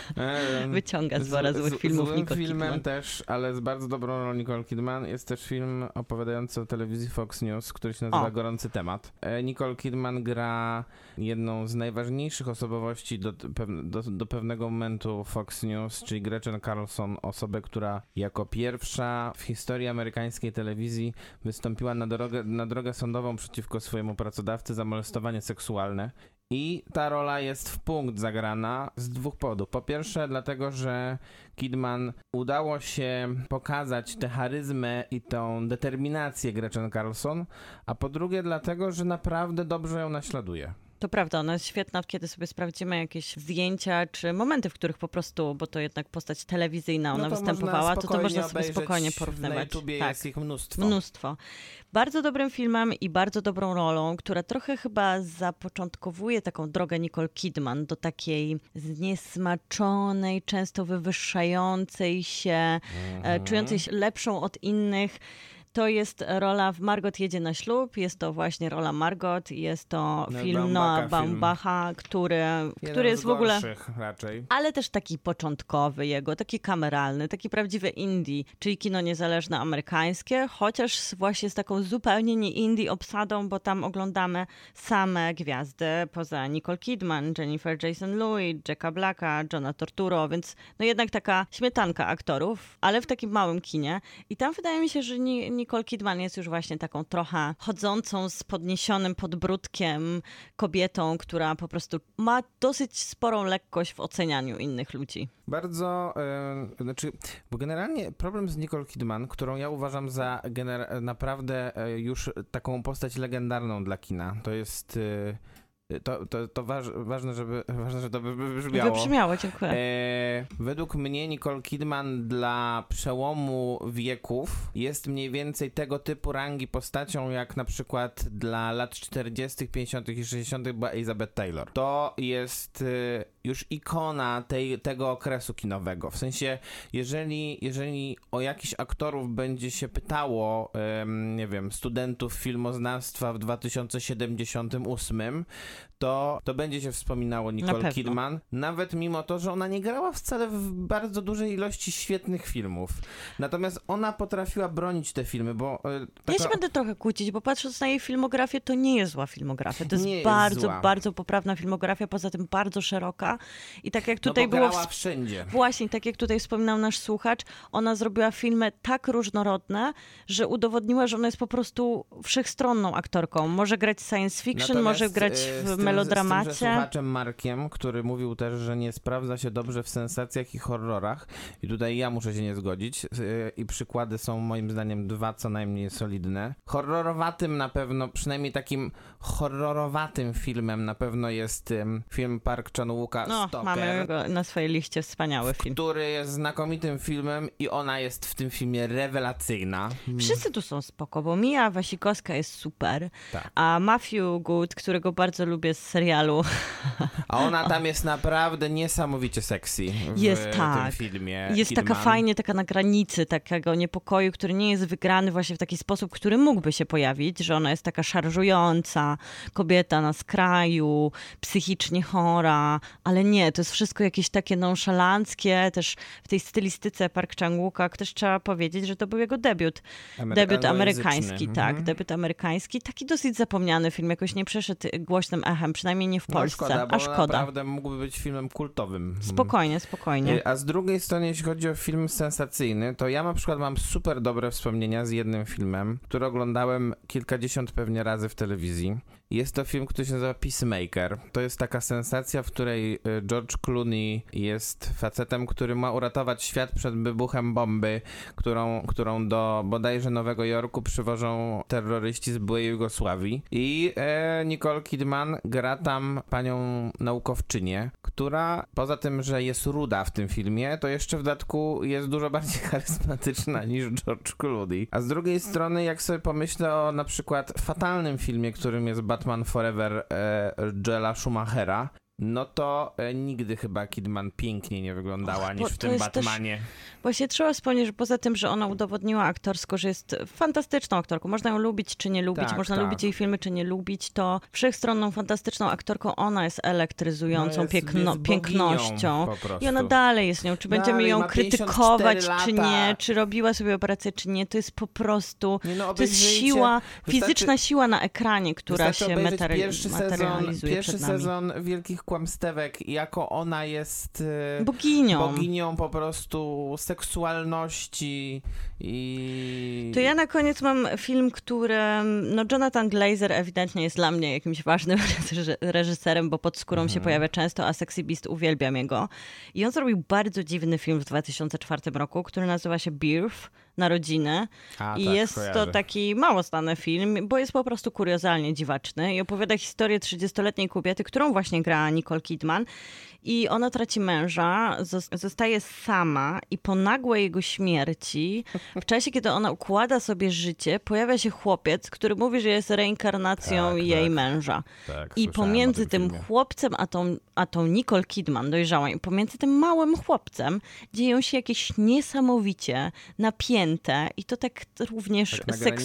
e, e, wyciąga z wora z- złych z- filmów Złym Nicole filmem Kidman. też, ale z bardzo dobrą rolą Nicole Kidman, jest też film opowiadający o telewizji Fox News, który się nazywa O. Gorący Temat. E, Nicole Kidman gra jedną z najważniejszych osobowości do, pew- do, do pewnego momentu Fox News, czyli Gretchen Carlson, osobę, która jako pierwsza w historii amerykańskiej telewizji wystąpiła na drogę, na drogę sądową przeciwko swojemu pracodawcy za molestowanie seksualne. I ta rola jest w punkt zagrana z dwóch powodów. Po pierwsze dlatego, że Kidman udało się pokazać tę charyzmę i tą determinację Gretchen Carlson, a po drugie dlatego, że naprawdę dobrze ją naśladuje. To prawda, ona jest świetna, kiedy sobie sprawdzimy jakieś zdjęcia czy momenty, w których po prostu, bo to jednak postać telewizyjna, ona No to występowała, można to to spokojnie można sobie obejrzeć, spokojnie Na porównywać. YouTubie Tak. jest ich mnóstwo. Mnóstwo. Bardzo dobrym filmem i bardzo dobrą rolą, która trochę chyba zapoczątkowuje taką drogę Nicole Kidman do takiej zniesmaczonej, często wywyższającej się, Mhm. e, czującej się lepszą od innych. To jest rola w Margot jedzie na ślub, jest to właśnie rola Margot, jest to No, film Baumbach'a Noah film. Baumbacha, który, Jeden który jest z w ogóle... gorszych raczej. Ale też taki początkowy jego, taki kameralny, taki prawdziwy indie, czyli kino niezależne amerykańskie, chociaż właśnie z taką zupełnie nie indie obsadą, bo tam oglądamy same gwiazdy, poza Nicole Kidman, Jennifer Jason Leigh, Jacka Blacka, Johna Turturro, więc no jednak taka śmietanka aktorów, ale w takim małym kinie. I tam wydaje mi się, że Ni- Nicole Kidman jest już właśnie taką trochę chodzącą z podniesionym podbródkiem kobietą, która po prostu ma dosyć sporą lekkość w ocenianiu innych ludzi. Bardzo, e, znaczy, bo generalnie problem z Nicole Kidman, którą ja uważam za gener- naprawdę e, już taką postać legendarną dla kina, to jest, e, to, to, to waż, ważne, żeby, ważne, żeby to by- by brzmiało. Wybrzmiało, dziękuję. E, według mnie Nicole Kidman dla przełomu wieków jest mniej więcej tego typu rangi postacią, jak na przykład dla lat czterdziestych, pięćdziesiątych i sześćdziesiątych była Elizabeth Taylor. To jest e, już ikona tej, tego okresu kinowego. W sensie, jeżeli, jeżeli o jakichś aktorów będzie się pytało, em, nie wiem, studentów filmoznawstwa w dwa tysiące siedemdziesiątym ósmym, to, to będzie się wspominało Nicole pewno. Kidman, nawet mimo to, że ona nie grała wcale w bardzo dużej ilości świetnych filmów. Natomiast ona potrafiła bronić te filmy, bo... e, Ja taka- się będę trochę kłócić, bo patrząc na jej filmografię, to nie jest zła filmografia. To jest, Nie jest bardzo, zła. bardzo poprawna filmografia, poza tym bardzo szeroka. I tak jak no tutaj bo było... grała wsp- wszędzie. Właśnie, tak jak tutaj wspominał nasz słuchacz, ona zrobiła filmy tak różnorodne, że udowodniła, że ona jest po prostu wszechstronną aktorką. Może grać science fiction, Natomiast, może grać e, w w z tym, melodramacie. Z tym, że słuchaczem Markiem, który mówił też, że nie sprawdza się dobrze w sensacjach i horrorach. I tutaj ja muszę się nie zgodzić. I przykłady są moim zdaniem dwa co najmniej solidne. Horrorowatym na pewno, przynajmniej takim horrorowatym filmem na pewno jest um, film Park Chan-wooka No, Stalker. mamy go na swojej liście, wspaniały film. Który jest znakomitym filmem i ona jest w tym filmie rewelacyjna. Wszyscy tu są spoko, bo Mia Wasikowska jest super, Tak. a Matthew Good, którego bardzo lubię z serialu. A ona tam jest naprawdę niesamowicie sexy w Jest tak. tym filmie. Jest Kidman. taka fajnie, taka na granicy takiego niepokoju, który nie jest wygrany właśnie w taki sposób, który mógłby się pojawić, że ona jest taka szarżująca, kobieta na skraju, psychicznie chora, ale nie, to jest wszystko jakieś takie nonszalanckie, też w tej stylistyce Park Chan-wooka, też trzeba powiedzieć, że to był jego debiut. Amery- Debiut anglojęzyczny. amerykański, tak, Mhm. debiut amerykański, taki dosyć zapomniany film, jakoś nie przeszedł głośnym echem, przynajmniej nie w No Polsce, szkoda, bo a szkoda. naprawdę mógłby być filmem kultowym. Spokojnie, spokojnie. A z drugiej strony, jeśli chodzi o film sensacyjny, to ja na przykład mam super dobre wspomnienia z jednym filmem, który oglądałem kilkadziesiąt pewnie razy w telewizji. Jest to film, który się nazywa Peacemaker. To jest taka sensacja, w której George Clooney jest facetem, który ma uratować świat przed wybuchem bomby, którą, którą do bodajże Nowego Jorku przywożą terroryści z byłej Jugosławii. I e, Nicole Kidman gra tam panią naukowczynię, która poza tym, że jest ruda w tym filmie, to jeszcze w dodatku jest dużo bardziej charyzmatyczna niż George Clooney. A z drugiej strony, jak sobie pomyślę o na przykład fatalnym filmie, którym jest Batman Forever e, Joela Schumachera, no to e, nigdy chyba Kidman piękniej nie wyglądała Och, niż bo w to tym jest Batmanie. Też, właśnie trzeba wspomnieć, że poza tym, że ona udowodniła aktorsko, że jest fantastyczną aktorką, można ją lubić czy nie lubić, Tak, można tak. lubić jej filmy czy nie lubić, to wszechstronną, fantastyczną aktorką, ona jest elektryzującą No jest- piękno, jest pięknością. boginią po prostu. I ona dalej jest nią. Czy będziemy Dalej ją ma krytykować, pięćdziesiąt czy cztery nie, lata. czy robiła sobie operację, czy nie, to jest po prostu, Nie no, to jest obejrzyjcie- siła, wystarczy- fizyczna siła na ekranie, która Wystarczy się obejrzeć materi- pierwszy sezon, materializuje pierwszy przed nami. sezon Wielkich Kłamstewek, jako ona jest e, Boginią. boginią po prostu seksualności i... To ja na koniec mam film, który, no Jonathan Glazer ewidentnie jest dla mnie jakimś ważnym reży- reżyserem, bo pod skórą Mhm. się pojawia często, a Sexy Beast uwielbiam jego. I on zrobił bardzo dziwny film w dwa tysiące czwartym roku, który nazywa się Birth, Narodziny. A, I tak, jest kojarzę. to taki mało znany film, bo jest po prostu kuriozalnie dziwaczny i opowiada historię trzydziestoletniej kobiety, którą właśnie gra Nicole Kidman. I ona traci męża, zos- zostaje sama i po nagłej jego śmierci, w czasie, kiedy ona układa sobie życie, pojawia się chłopiec, który mówi, że jest reinkarnacją Tak, jej tak. męża. Tak, I słyszałem pomiędzy o tym tym filmie. chłopcem, a tą, a tą Nicole Kidman dojrzałą, i pomiędzy tym małym chłopcem dzieją się jakieś niesamowicie napięte i to tak również Tak na granicy,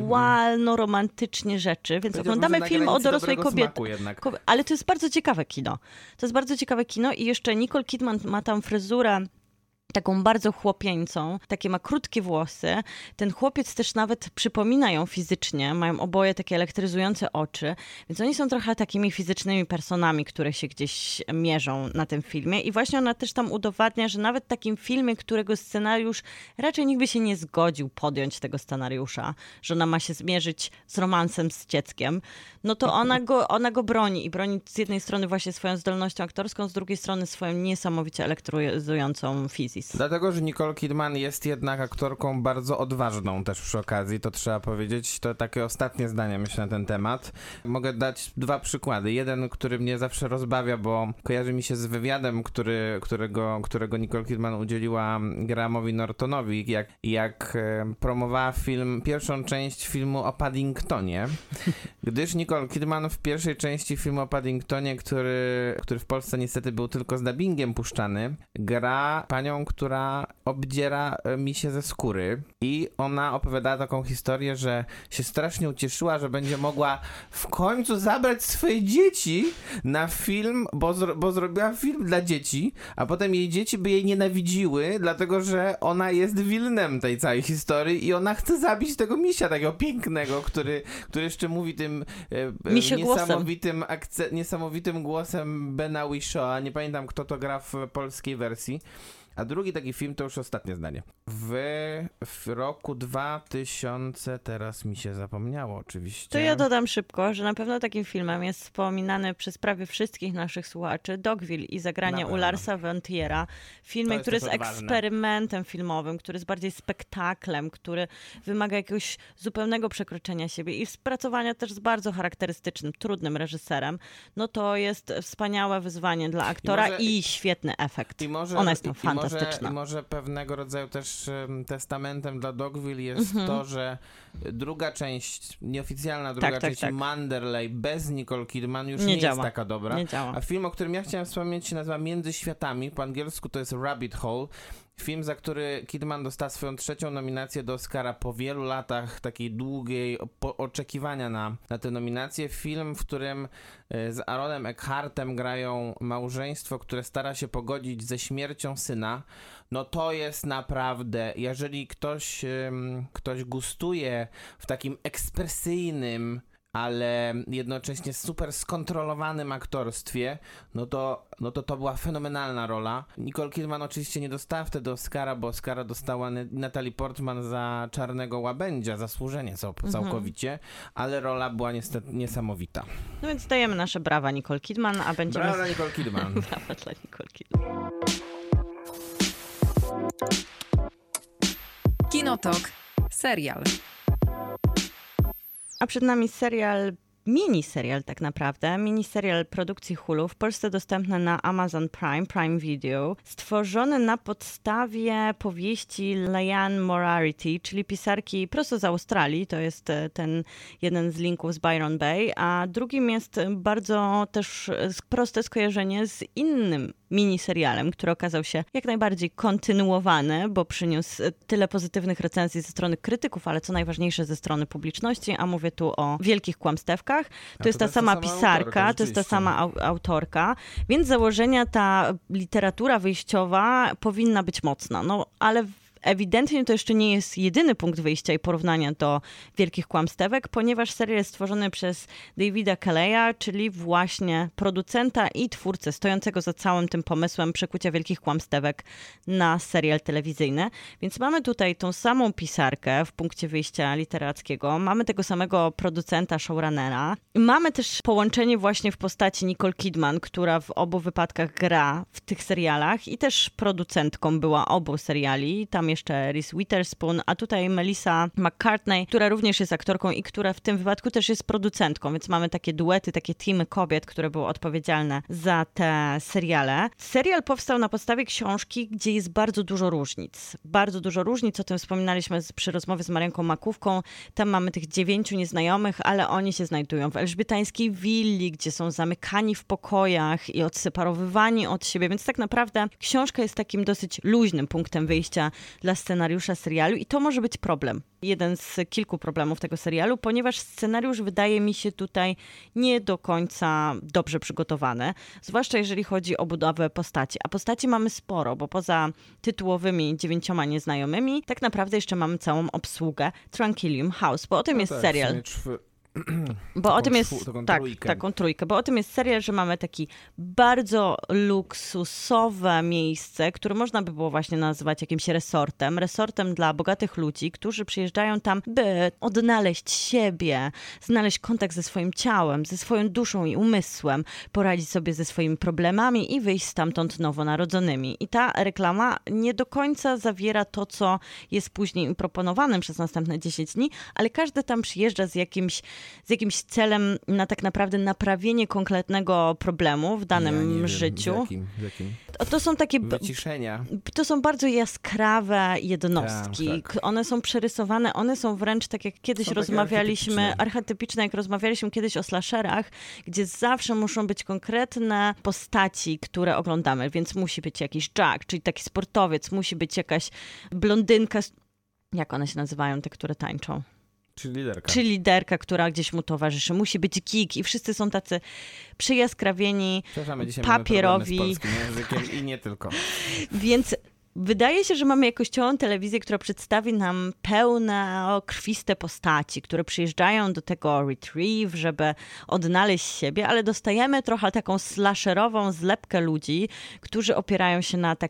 seksualno-romantycznie rzeczy, więc Powiedziałbym, oglądamy że na film o granicy dorosłej dobrego kobiecie. smaku jednak. Ko- Ale to jest bardzo ciekawe kino. To jest bardzo ciekawe kino i jeszcze Nicole Kidman ma tam fryzurę taką bardzo chłopieńcą, takie ma krótkie włosy. Ten chłopiec też nawet przypomina ją fizycznie, mają oboje takie elektryzujące oczy, więc oni są trochę takimi fizycznymi personami, które się gdzieś mierzą na tym filmie i właśnie ona też tam udowadnia, że nawet w takim filmie, którego scenariusz raczej nikt by się nie zgodził podjąć tego scenariusza, że ona ma się zmierzyć z romansem z dzieckiem, no to ona go, ona go broni i broni z jednej strony właśnie swoją zdolnością aktorską, z drugiej strony swoją niesamowicie elektryzującą fizis. Dlatego, że Nicole Kidman jest jednak aktorką bardzo odważną też przy okazji, to trzeba powiedzieć. To takie ostatnie zdanie, myślę, na ten temat. Mogę dać dwa przykłady. Jeden, który mnie zawsze rozbawia, bo kojarzy mi się z wywiadem, który, którego, którego Nicole Kidman udzieliła Grahamowi Nortonowi, jak, jak e, promowała film, pierwszą część filmu o Paddingtonie. Gdyż Nicole Kidman w pierwszej części filmu o Paddingtonie, który, który w Polsce niestety był tylko z dubbingiem puszczany, gra panią, która obdziera mi się ze skóry i ona opowiadała taką historię, że się strasznie ucieszyła, że będzie mogła w końcu zabrać swoje dzieci na film, bo, zro- bo zrobiła film dla dzieci, a potem jej dzieci by jej nienawidziły, dlatego że ona jest wilnem tej całej historii i ona chce zabić tego misia takiego pięknego, który, który jeszcze mówi tym e, Misie niesamowitym, akce- niesamowitym głosem Bena Wishawa. Nie pamiętam, kto to gra w polskiej wersji. A drugi taki film to już ostatnie zdanie. W, w roku dwa tysiące, teraz mi się zapomniało oczywiście. To ja dodam szybko, że na pewno takim filmem jest wspominany przez prawie wszystkich naszych słuchaczy Dogville i zagranie u Larsa von Triera. Filmie, jest który jest też odważne. eksperymentem filmowym, który jest bardziej spektaklem, który wymaga jakiegoś zupełnego przekroczenia siebie i współpracowania też z bardzo charakterystycznym, trudnym reżyserem. No to jest wspaniałe wyzwanie dla aktora i, może, i świetny efekt. I może, Ona jest tam i, fantastyczna. I może, i może pewnego rodzaju też um, testamentem dla Dogville jest Mhm. to, że druga część, nieoficjalna druga Tak, tak, część tak. Manderley bez Nicole Kidman już Nie nie, działa. jest taka dobra. Nie działa. A film, o którym ja chciałem wspomnieć, się nazywa Między Światami. Po angielsku to jest Rabbit Hole. Film, za który Kidman dostała swoją trzecią nominację do Oscara po wielu latach takiej długiej po- oczekiwania na, na tę nominację. Film, w którym e, z Aaronem Eckhartem grają małżeństwo, które stara się pogodzić ze śmiercią syna. No to jest naprawdę, jeżeli ktoś, em, ktoś gustuje w takim ekspresyjnym, ale jednocześnie super skontrolowanym aktorstwie, no to, no to to była fenomenalna rola. Nicole Kidman oczywiście nie dostała wtedy Oscara, bo Oscara dostała Natalie Portman za Czarnego Łabędzia, zasłużenie cał- całkowicie, ale rola była niestety niesamowita. No więc dajemy nasze brawa Nicole Kidman, a będziemy... Brawa dla Nicole Kidman. Brawa dla Nicole Kidman. Kinotok. Serial. A przed nami serial, miniserial tak naprawdę, miniserial produkcji Hulu, w Polsce dostępny na Amazon Prime, Prime Video, stworzony na podstawie powieści Liane Moriarty, czyli pisarki prosto z Australii, to jest ten jeden z linków z Byron Bay, a drugim jest bardzo też proste skojarzenie z innym miniserialem, który okazał się jak najbardziej kontynuowany, bo przyniósł tyle pozytywnych recenzji ze strony krytyków, ale co najważniejsze ze strony publiczności, a mówię tu o Wielkich Kłamstewkach. To, to jest ta jest ta sama sama pisarka, autorka, to jest ta rzeczywiście. sama au- autorka, więc z założenia ta literatura wyjściowa powinna być mocna. No, ale ewidentnie to jeszcze nie jest jedyny punkt wyjścia i porównania do Wielkich Kłamstewek, ponieważ serial jest stworzony przez Davida Calleya, czyli właśnie producenta i twórcę stojącego za całym tym pomysłem przekucia Wielkich Kłamstewek na serial telewizyjny. Więc mamy tutaj tą samą pisarkę w punkcie wyjścia literackiego, mamy tego samego producenta, showrunnera. Mamy też połączenie właśnie w postaci Nicole Kidman, która w obu wypadkach gra w tych serialach i też producentką była obu seriali. Tam jeszcze Reese Witherspoon, a tutaj Melissa McCartney, która również jest aktorką i która w tym wypadku też jest producentką, więc mamy takie duety, takie teamy kobiet, które były odpowiedzialne za te seriale. Serial powstał na podstawie książki, gdzie jest bardzo dużo różnic. Bardzo dużo różnic, o tym wspominaliśmy z, przy rozmowie z Marianką Makówką. Tam mamy tych dziewięciu nieznajomych, ale oni się znajdują w elżbietańskiej willi, gdzie są zamykani w pokojach i odseparowywani od siebie, więc tak naprawdę książka jest takim dosyć luźnym punktem wyjścia dla scenariusza serialu i to może być problem. Jeden z kilku problemów tego serialu, ponieważ scenariusz wydaje mi się tutaj nie do końca dobrze przygotowany, zwłaszcza jeżeli chodzi o budowę postaci. A postaci mamy sporo, bo poza tytułowymi dziewięcioma nieznajomymi, tak naprawdę jeszcze mamy całą obsługę Tranquillium House, bo o tym No jest tak, serial. w sumie czw- Bo taką o tym jest, czwu- taką tak, trójkę. taką trójkę, bo o tym jest serial, że mamy taki bardzo luksusowe miejsce, które można by było właśnie nazywać jakimś resortem, resortem dla bogatych ludzi, którzy przyjeżdżają tam, by odnaleźć siebie, znaleźć kontakt ze swoim ciałem, ze swoją duszą i umysłem, poradzić sobie ze swoimi problemami i wyjść stamtąd nowonarodzonymi. I ta reklama nie do końca zawiera to, co jest później im proponowanym przez następne dziesięć dni, ale każdy tam przyjeżdża z jakimś z jakimś celem na tak naprawdę naprawienie konkretnego problemu w danym Ja nie wiem, życiu. Z jakim, z jakim? To są takie b- Wyciszenia. to są bardzo jaskrawe jednostki. Tak, tak. One są przerysowane, one są wręcz tak jak kiedyś Są takie rozmawialiśmy, archetypiczne. archetypiczne, jak rozmawialiśmy kiedyś o slasherach, gdzie zawsze muszą być konkretne postaci, które oglądamy, więc musi być jakiś Jack, czyli taki sportowiec, musi być jakaś blondynka, jak one się nazywają, te, które tańczą? Czyli liderka. Czy liderka, która gdzieś mu towarzyszy. Musi być geek i wszyscy są tacy przyjaskrawieni, Przepraszamy, dzisiaj papierowi. mamy problemy z polskim językiem i nie tylko. Więc wydaje się, że mamy jakościową telewizję, która przedstawi nam pełne krwiste postaci, które przyjeżdżają do tego retrieve, żeby odnaleźć siebie, ale dostajemy trochę taką slasherową zlepkę ludzi, którzy opierają się na takich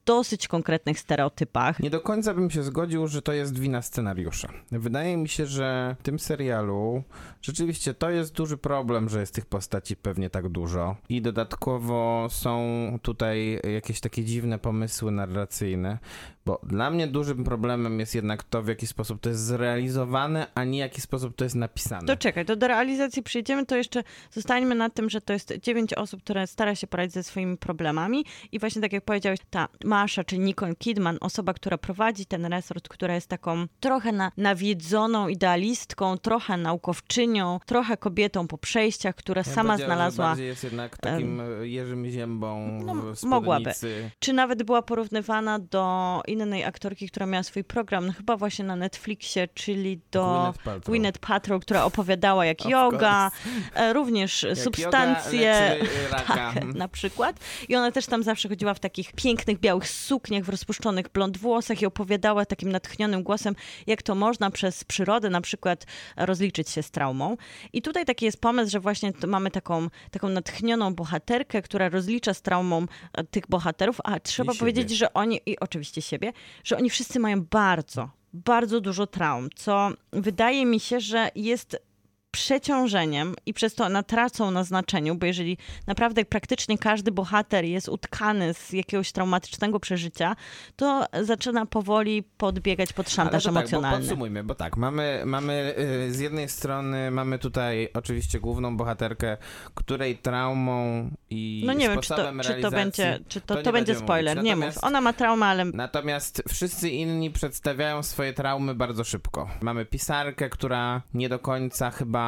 dosyć konkretnych stereotypach. Nie do końca bym się zgodził, że to jest wina scenariusza. Wydaje mi się, że w tym serialu rzeczywiście to jest duży problem, że jest tych postaci pewnie tak dużo i dodatkowo są tutaj jakieś takie dziwne pomysły narracyjne, bo dla mnie dużym problemem jest jednak to, w jaki sposób to jest zrealizowane, a nie w jaki sposób to jest napisane. To czekaj, to do realizacji przyjdziemy, to jeszcze zostańmy na tym, że to jest dziewięć osób, które stara się poradzić ze swoimi problemami i właśnie tak jak powiedziałeś, ta Masza, czyli Nicole Kidman, osoba, która prowadzi ten resort, która jest taką trochę na, nawiedzoną idealistką, trochę naukowczynią, trochę kobietą po przejściach, która Ja sama powiedziałem, znalazła... że bardziej jest jednak takim Jerzym Ziębą No, w spódnicy. mogłaby. Czy nawet była porównywana do innej aktorki, która miała swój program, no chyba właśnie na Netflixie, czyli do Gwyneth Paltrow. Gwyneth Paltrow, która opowiadała jak Of yoga, e, również Jak substancje, yoga leczy raka. tak, na przykład. I ona też tam zawsze chodziła w takich pięknych, białych sukniach, w rozpuszczonych blond włosach i opowiadała takim natchnionym głosem, jak to można przez przyrodę na przykład rozliczyć się z traumą. I tutaj taki jest pomysł, że właśnie to mamy taką, taką natchnioną bohaterkę, która rozlicza z traumą e, tych bohaterów, a trzeba I powiedzieć, siebie. że oni, i oczywiście siebie, że oni wszyscy mają bardzo, bardzo dużo traum, co wydaje mi się, że jest przeciążeniem i przez to one tracą na znaczeniu, bo jeżeli naprawdę praktycznie każdy bohater jest utkany z jakiegoś traumatycznego przeżycia, to zaczyna powoli podbiegać pod szantaż Ale to emocjonalny. Tak, bo podsumujmy, bo tak, mamy, mamy y, z jednej strony mamy tutaj oczywiście główną bohaterkę, której traumą i No nie wiem, czy to, sposobem czy to realizacji... będzie, czy to, to to, nie będzie będziemy spoiler, mówić. nie Natomiast- mów. Ona ma traumę, ale Natomiast wszyscy inni przedstawiają swoje traumy bardzo szybko. Mamy pisarkę, która nie do końca chyba...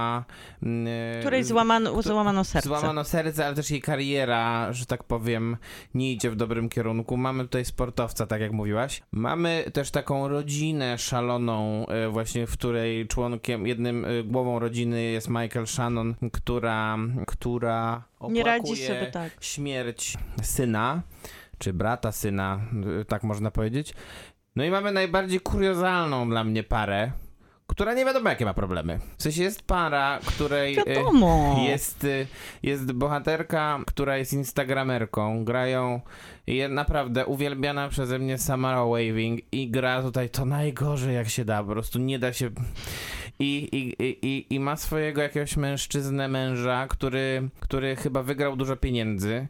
Yy, której złamano, złamano serce. Złamano serce, ale też jej kariera, że tak powiem, nie idzie w dobrym kierunku. Mamy tutaj sportowca, tak jak mówiłaś. Mamy też taką rodzinę szaloną, e, właśnie w której członkiem, jednym e, głową rodziny jest Michael Shannon, która, która Nie radzi opłakuje sobie tak. śmierć syna, czy brata syna, e, tak można powiedzieć. No i mamy najbardziej kuriozalną dla mnie parę, która nie wiadomo jakie ma problemy. W sensie jest para, której e, Wiadomo. jest, y, jest bohaterka, która jest instagramerką. Grają je naprawdę uwielbiana przeze mnie Samara Weaving i gra tutaj to najgorzej jak się da. Po prostu nie da się... I, i, i, i ma swojego jakiegoś mężczyznę, męża, który, który chyba wygrał dużo pieniędzy.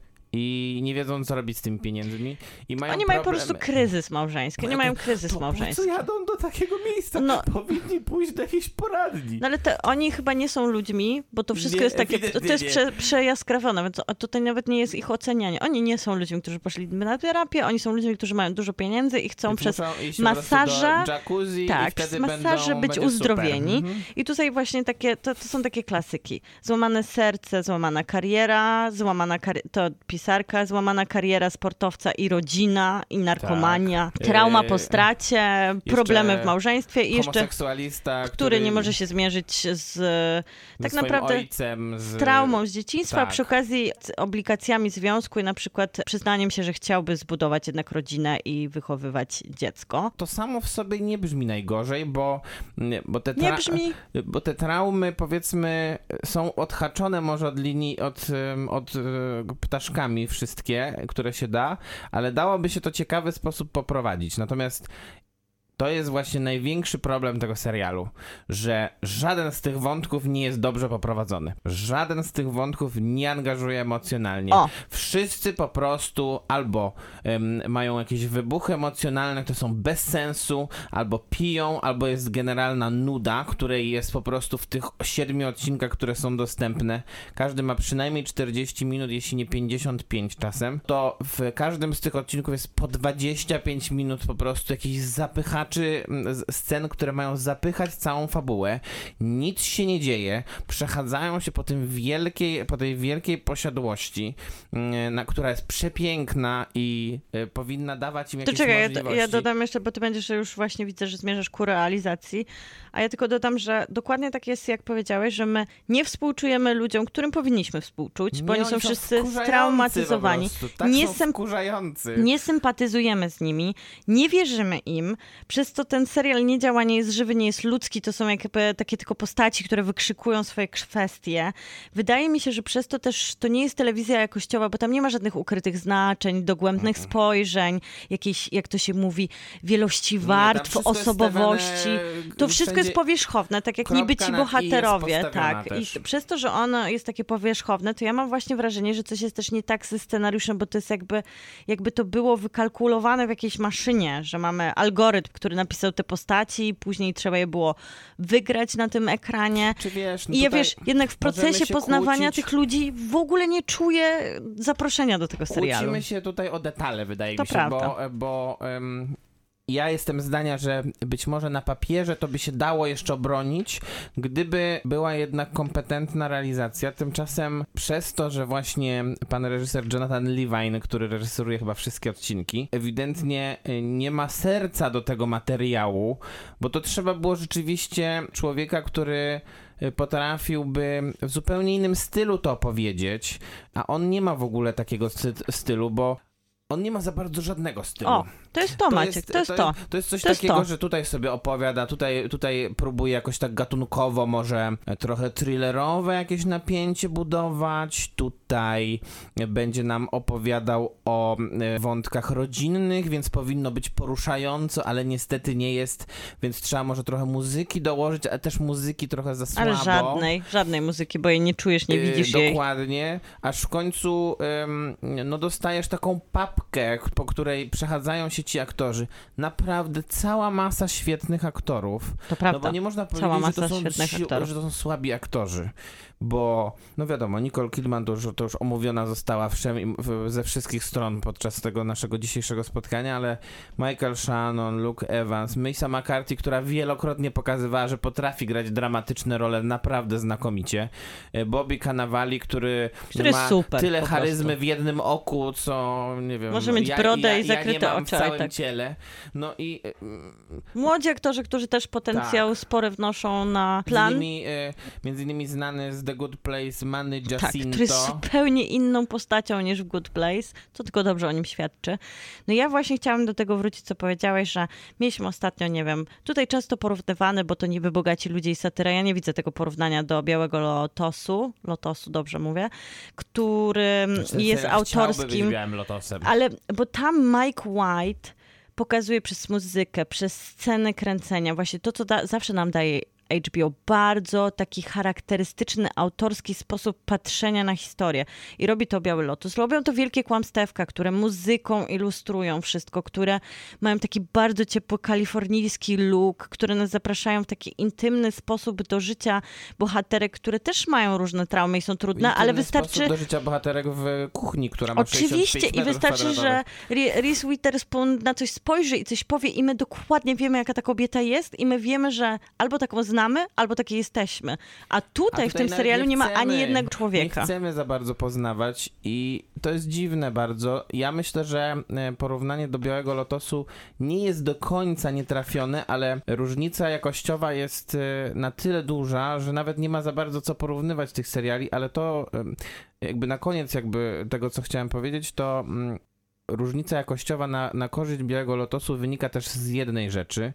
I nie wiedzą, co robić z tymi pieniędzmi. I mają Oni mają po problemy. prostu kryzys małżeński. Oni No mają to- kryzys to małżeński. Po co jadą do takiego miejsca? No. Powinni pójść do jakiejś poradni. No ale te, oni chyba nie są ludźmi, bo to wszystko Nie, jest takie, to, ewidentnie to jest nie. prze, przejaskrawione, więc a tutaj nawet nie jest ich ocenianie. Oni nie są ludźmi, którzy poszli na terapię, oni są ludźmi, którzy mają dużo pieniędzy i chcą Więc przez muszą iść po masaża, prostu do jacuzzi i tak, wtedy przez masaże będą, być będzie uzdrowieni. Super. Mhm. I tutaj właśnie takie, to, to są takie klasyki. Złamane serce, złamana kariera, złamana kari- to pisarka, złamana kariera sportowca i rodzina, i narkomania, Tak. trauma Yy, po stracie, problemy w małżeństwie i jeszcze Homoseksualista, który nie może się zmierzyć z ze tak swoim naprawdę ojcem, z z traumą z dzieciństwa, tak. przy okazji z obligacjami związku i na przykład przyznaniem się, że chciałby zbudować jednak rodzinę i wychowywać dziecko. To samo w sobie nie brzmi najgorzej, bo, bo, te, Nie tra- brzmi. bo te traumy, powiedzmy, są odhaczone może od linii, od, em, od e, ptaszkami wszystkie, które się da, ale dałoby się to w ciekawy sposób poprowadzić. Natomiast to jest właśnie największy problem tego serialu, że żaden z tych wątków nie jest dobrze poprowadzony. Żaden z tych wątków nie angażuje emocjonalnie. O. Wszyscy po prostu albo em, mają jakieś wybuchy emocjonalne, które są bez sensu, albo piją, albo jest generalna nuda, której jest po prostu w tych siedmiu odcinkach, które są dostępne. Każdy ma przynajmniej czterdzieści minut, jeśli nie pięćdziesiąt pięć czasem. To w każdym z tych odcinków jest po dwadzieścia pięć minut po prostu jakichś zapychaczy mm, z- scen, które mają zapychać całą fabułę. Nic się nie dzieje. Przechadzają się po tym wielkiej, po tej wielkiej posiadłości, mm, na, która jest przepiękna i y, powinna dawać im To jakieś czekaj, ja, możliwości. ja dodam jeszcze, bo ty będziesz już właśnie widzę, że zmierzasz ku realizacji, a ja tylko dodam, że dokładnie tak jest, jak powiedziałeś, że my nie współczujemy ludziom, którym powinniśmy współczuć, bo Nie, oni są wszyscy wkurzający straumatyzowani. po prostu. Tak Nie są sym- wkurzający. Nie sympatyzujemy z nimi, nie wierzymy im, przez przez to ten serial nie działa, nie jest żywy, nie jest ludzki, to są jakby takie tylko postaci, które wykrzykują swoje kwestie. Wydaje mi się, że przez to też to nie jest telewizja jakościowa, bo tam nie ma żadnych ukrytych znaczeń, dogłębnych mm. spojrzeń, jakiejś, jak to się mówi, wielości warstw, nie, osobowości. To wszystko jest powierzchowne, tak jak niby ci bohaterowie. Tak. Też. I przez to, że ono jest takie powierzchowne, to ja mam właśnie wrażenie, że coś jest też nie tak ze scenariuszem, bo to jest jakby, jakby to było wykalkulowane w jakiejś maszynie, że mamy algorytm, który napisał te postaci i później trzeba je było wygrać na tym ekranie. Czy wiesz, no I ja wiesz, jednak w procesie poznawania kłócić. tych ludzi w ogóle nie czuję zaproszenia do tego serialu. Kłócimy się tutaj o detale, wydaje to mi się, prawda. bo, bo um, ja jestem zdania, że być może na papierze to by się dało jeszcze obronić, gdyby była jednak kompetentna realizacja. Tymczasem przez to, że właśnie pan reżyser Jonathan Levine, który reżyseruje chyba wszystkie odcinki, ewidentnie nie ma serca do tego materiału, bo to trzeba było rzeczywiście człowieka, który potrafiłby w zupełnie innym stylu to opowiedzieć, a on nie ma w ogóle takiego sty- stylu, bo on nie ma za bardzo żadnego stylu. O, to jest to, Maciek, to jest to. Jest, to jest coś to jest takiego, to. że tutaj sobie opowiada, tutaj, tutaj próbuje jakoś tak gatunkowo może trochę thrillerowe jakieś napięcie budować, tutaj będzie nam opowiadał o wątkach rodzinnych, więc powinno być poruszająco, ale niestety nie jest, więc trzeba może trochę muzyki dołożyć, ale też muzyki trochę za słabo. Ale żadnej, żadnej muzyki, bo jej nie czujesz, nie widzisz yy, jej. Dokładnie, aż w końcu ym, no dostajesz taką papkę, po której przechadzają się ci aktorzy. Naprawdę cała masa świetnych aktorów. To prawda. No bo nie można Cała powiedzieć, że to, są świetnych si- aktorów. że to są słabi aktorzy. Bo, no wiadomo, Nicole Kidman to już, to już omówiona została wszem, w, ze wszystkich stron podczas tego naszego dzisiejszego spotkania, ale Michael Shannon, Luke Evans, Melissa McCarthy, która wielokrotnie pokazywała, że potrafi grać dramatyczne role naprawdę znakomicie. Bobby Cannavale, który, który ma super, tyle po charyzmy prostu. w jednym oku, co, nie wiem... Może mieć ja, brodę ja, i zakryte ja nie mam oczy, w całym tak. ciele. No i... Młodzi aktorzy, którzy też potencjał tak. spory wnoszą na plan. Między innymi, e, między innymi znany z The Good Place Manny Jacinto. Tak, który jest zupełnie inną postacią niż w Good Place, co tylko dobrze o nim świadczy. No ja właśnie chciałam do tego wrócić, co powiedziałeś, że mieliśmy ostatnio, nie wiem, tutaj często porównywane, bo to niby bogaci ludzie i satyra, ja nie widzę tego porównania do Białego Lotosu, Lotosu, dobrze mówię, który Znaczy, jest autorskim, być Białym Lotosem. ale bo tam Mike White pokazuje przez muzykę, przez sceny kręcenia, właśnie to, co da, zawsze nam daje H B O, bardzo taki charakterystyczny, autorski sposób patrzenia na historię. I robi to Biały Lotos. Robią to wielkie kłamstewka, które muzyką ilustrują wszystko, które mają taki bardzo ciepły kalifornijski look, które nas zapraszają w taki intymny sposób do życia bohaterek, które też mają różne traumy i są trudne, Intymny ale wystarczy... sposób do życia bohaterek w kuchni, która ma Oczywiście i wystarczy, że Re- Reese Witherspoon na coś spojrzy i coś powie i my dokładnie wiemy, jaka ta kobieta jest i my wiemy, że albo taką znamy, albo takie jesteśmy. A tutaj, A w tutaj tym serialu nie, nie ma chcemy, ani jednego człowieka. Nie chcemy za bardzo poznawać i to jest dziwne bardzo. Ja myślę, że porównanie do Białego Lotosu nie jest do końca nietrafione, ale różnica jakościowa jest na tyle duża, że nawet nie ma za bardzo co porównywać tych seriali, ale to jakby na koniec jakby tego, co chciałem powiedzieć, to różnica jakościowa na, na korzyść Białego Lotosu wynika też z jednej rzeczy.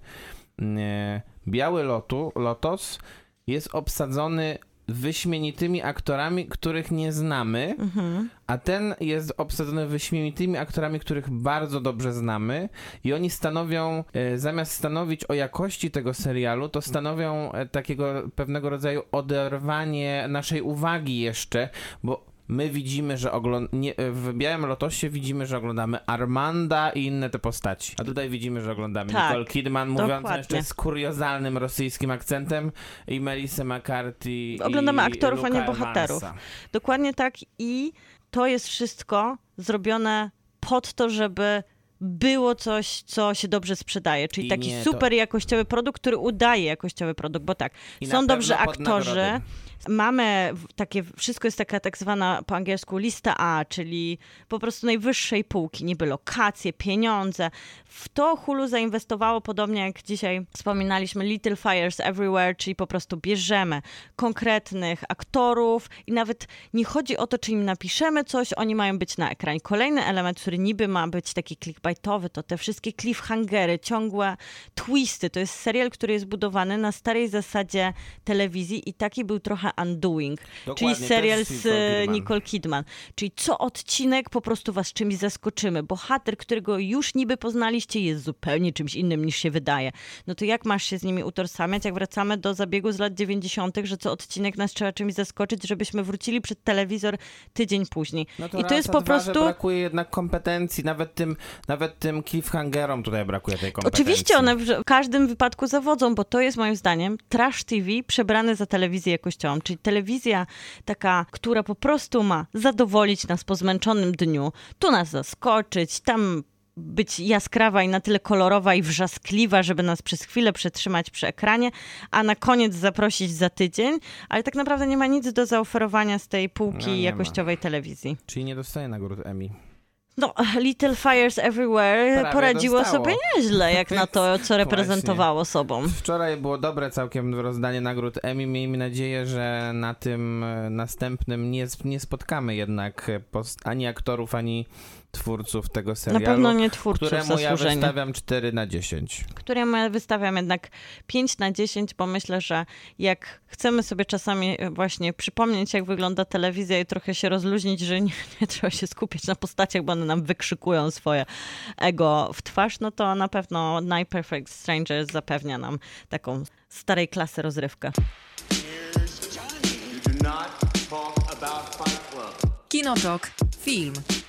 Biały Lotu, Lotos jest obsadzony wyśmienitymi aktorami, których nie znamy, mhm. a ten jest obsadzony wyśmienitymi aktorami, których bardzo dobrze znamy i oni stanowią, zamiast stanowić o jakości tego serialu, to stanowią takiego pewnego rodzaju oderwanie naszej uwagi jeszcze, bo my widzimy, że ogląd- nie, w Białym Lotosie widzimy, że oglądamy Armanda i inne te postaci. A tutaj widzimy, że oglądamy tak, Nicole Kidman, mówiąc dokładnie. jeszcze z kuriozalnym rosyjskim akcentem i Melissa McCarthy. Oglądamy i aktorów, Luka a nie bohaterów. Evansa. Dokładnie tak i to jest wszystko zrobione pod to, żeby było coś, co się dobrze sprzedaje, czyli I taki nie, super to... jakościowy produkt, który udaje jakościowy produkt, bo tak, I są dobrzy aktorzy, nagrody. Mamy takie, wszystko jest taka tak zwana po angielsku lista A, czyli po prostu najwyższej półki, niby lokacje, pieniądze. W to Hulu zainwestowało podobnie jak dzisiaj wspominaliśmy Little Fires Everywhere, czyli po prostu bierzemy konkretnych aktorów i nawet nie chodzi o to, czy im napiszemy coś, oni mają być na ekranie. Kolejny element, który niby ma być taki clickbait, clickbaitowy, to te wszystkie cliffhangery, ciągłe twisty, to jest serial, który jest budowany na starej zasadzie telewizji i taki był trochę Undoing, Dokładnie, czyli serial też z Nicole Kidman. Nicole Kidman. Czyli co odcinek po prostu was czymś zaskoczymy. Bohater, którego już niby poznaliście, jest zupełnie czymś innym niż się wydaje. No to jak masz się z nimi utożsamiać, jak wracamy do zabiegu z lat dziewięćdziesiątych, że co odcinek nas trzeba czymś zaskoczyć, żebyśmy wrócili przed telewizor tydzień później. No to I to raz, jest a po dwa, prostu... że brakuje jednak kompetencji, nawet tym, nawet tym cliffhangerom tutaj brakuje tej kompetencji. Oczywiście one w w każdym wypadku zawodzą, bo to jest moim zdaniem trash T V przebrany za telewizję jakościową, czyli telewizja taka, która po prostu ma zadowolić nas po zmęczonym dniu, tu nas zaskoczyć, tam być jaskrawa i na tyle kolorowa i wrzaskliwa, żeby nas przez chwilę przetrzymać przy ekranie, a na koniec zaprosić za tydzień, ale tak naprawdę nie ma nic do zaoferowania z tej półki No, nie jakościowej telewizji. Czyli nie dostaje nagród Emmy. No, Little Fires Everywhere Prawie poradziło dostało. sobie nieźle, jak na to, co reprezentowało sobą. Wczoraj było dobre całkiem rozdanie nagród Emmy. Miejmy nadzieję, że na tym e, następnym nie, nie spotkamy jednak post- ani aktorów, ani twórców tego serialu. Na pewno nie twórców któremu ja zasłużenia. wystawiam cztery na dziesięć. Któremu ja wystawiam jednak pięć na dziesięć, bo myślę, że jak chcemy sobie czasami właśnie przypomnieć, jak wygląda telewizja i trochę się rozluźnić, że nie, nie trzeba się skupiać na postaciach, bo one nam wykrzykują swoje ego w twarz, no to na pewno Night Perfect Strangers zapewnia nam taką starej klasy rozrywkę. You do not talk about Fight Club. Kinotok. Film.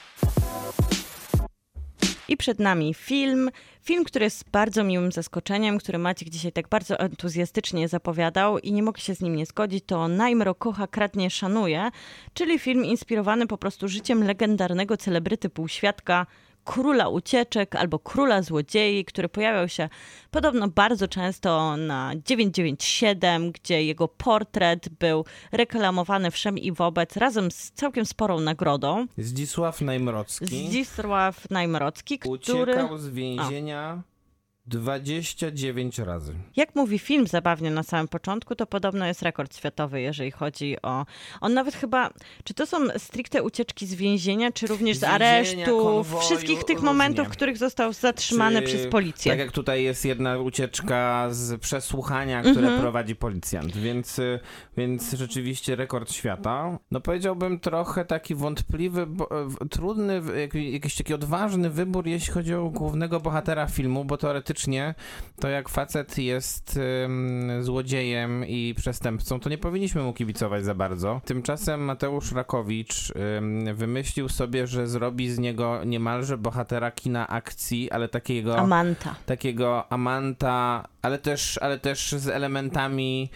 I przed nami film, film, który jest bardzo miłym zaskoczeniem, który Maciek dzisiaj tak bardzo entuzjastycznie zapowiadał i nie mogę się z nim nie zgodzić, to Najmro kocha, kradnie, szanuje, czyli film inspirowany po prostu życiem legendarnego celebryty półświadka, króla ucieczek albo króla złodziei, który pojawiał się podobno bardzo często na dziewięćset dziewięćdziesiąt siedem, gdzie jego portret był reklamowany wszem i wobec razem z całkiem sporą nagrodą. Zdzisław Najmrocki Zdzisław Najmrocki, który... uciekał z więzienia dwadzieścia dziewięć razy. Jak mówi film zabawnie na samym początku, to podobno jest rekord światowy, jeżeli chodzi o... On nawet chyba... Czy to są stricte ucieczki z więzienia, czy również z, Z więzienia, aresztów? konwoju, Wszystkich tych różnie. momentów, w których został zatrzymany Czy- przez policję. Tak jak tutaj jest jedna ucieczka z przesłuchania, które Mhm. prowadzi policjant, więc, y, więc rzeczywiście rekord świata. No powiedziałbym trochę taki wątpliwy, bo, y, trudny, y, jak- jakiś taki odważny wybór, jeśli chodzi o głównego bohatera filmu, bo teoretycznie to jak facet jest ym, złodziejem i przestępcą, to nie powinniśmy mu kibicować za bardzo. Tymczasem Mateusz Rakowicz ym, wymyślił sobie, że zrobi z niego niemalże bohatera kina akcji, ale takiego Amanta. takiego amanta, ale też, ale też z elementami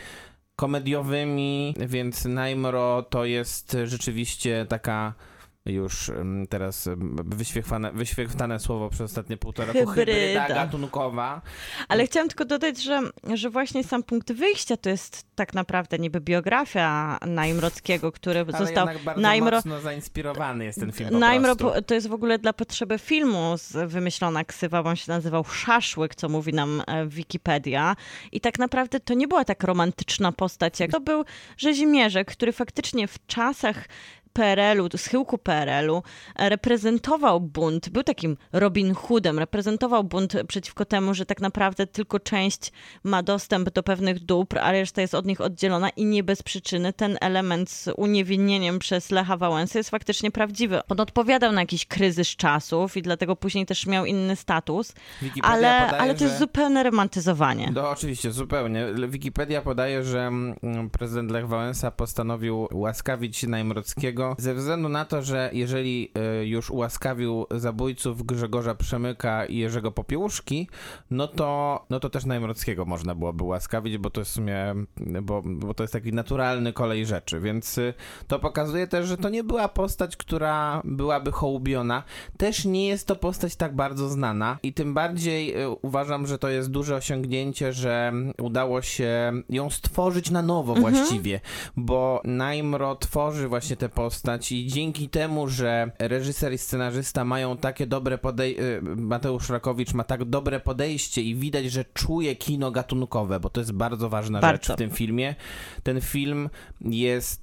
komediowymi, więc Najmro to jest rzeczywiście taka już ym, teraz ym, wyświechtane, wyświechtane słowo przez ostatnie półtora roku, Hybryda. hybryda gatunkowa. Ale chciałam tylko dodać, że, że właśnie sam punkt wyjścia to jest tak naprawdę niby biografia Najmrockiego, który Ale został... jednak bardzo Najmro... mocno zainspirowany jest ten film po Najmro prostu. po- to jest w ogóle dla potrzeby filmu z, wymyślona ksywa, bo on się nazywał Szaszłyk, co mówi nam e, Wikipedia. I tak naprawdę to nie była tak romantyczna postać, jak to był rzezimierzek, który faktycznie w czasach P R L u, schyłku P R L u, reprezentował bunt, był takim Robin Hoodem, reprezentował bunt przeciwko temu, że tak naprawdę tylko część ma dostęp do pewnych dóbr, a reszta jest od nich oddzielona i nie bez przyczyny ten element z uniewinnieniem przez Lecha Wałęsy jest faktycznie prawdziwy. On odpowiadał na jakiś kryzys czasów i dlatego później też miał inny status, Wikipedia ale, podaje, ale to jest że- zupełne romantyzowanie. No oczywiście, zupełnie. Wikipedia podaje, że mm, prezydent Lech Wałęsa postanowił ułaskawić Najmrockiego ze względu na to, że jeżeli y, już ułaskawił zabójców Grzegorza Przemyka i Jerzego Popiełuszki, no to, no to też Najmrockiego można byłoby ułaskawić, bo to jest w sumie, bo, bo to jest taki naturalny kolej rzeczy, więc y, to pokazuje też, że to nie była postać, która byłaby hołubiona. Też nie jest to postać tak bardzo znana i tym bardziej y, uważam, że to jest duże osiągnięcie, że udało się ją stworzyć na nowo właściwie, bo Najmro tworzy właśnie tę postać i dzięki temu, że reżyser i scenarzysta mają takie dobre podejście, Mateusz Rakowicz ma tak dobre podejście i widać, że czuje kino gatunkowe, bo to jest bardzo ważna Bardzo. rzecz w tym filmie. Ten film jest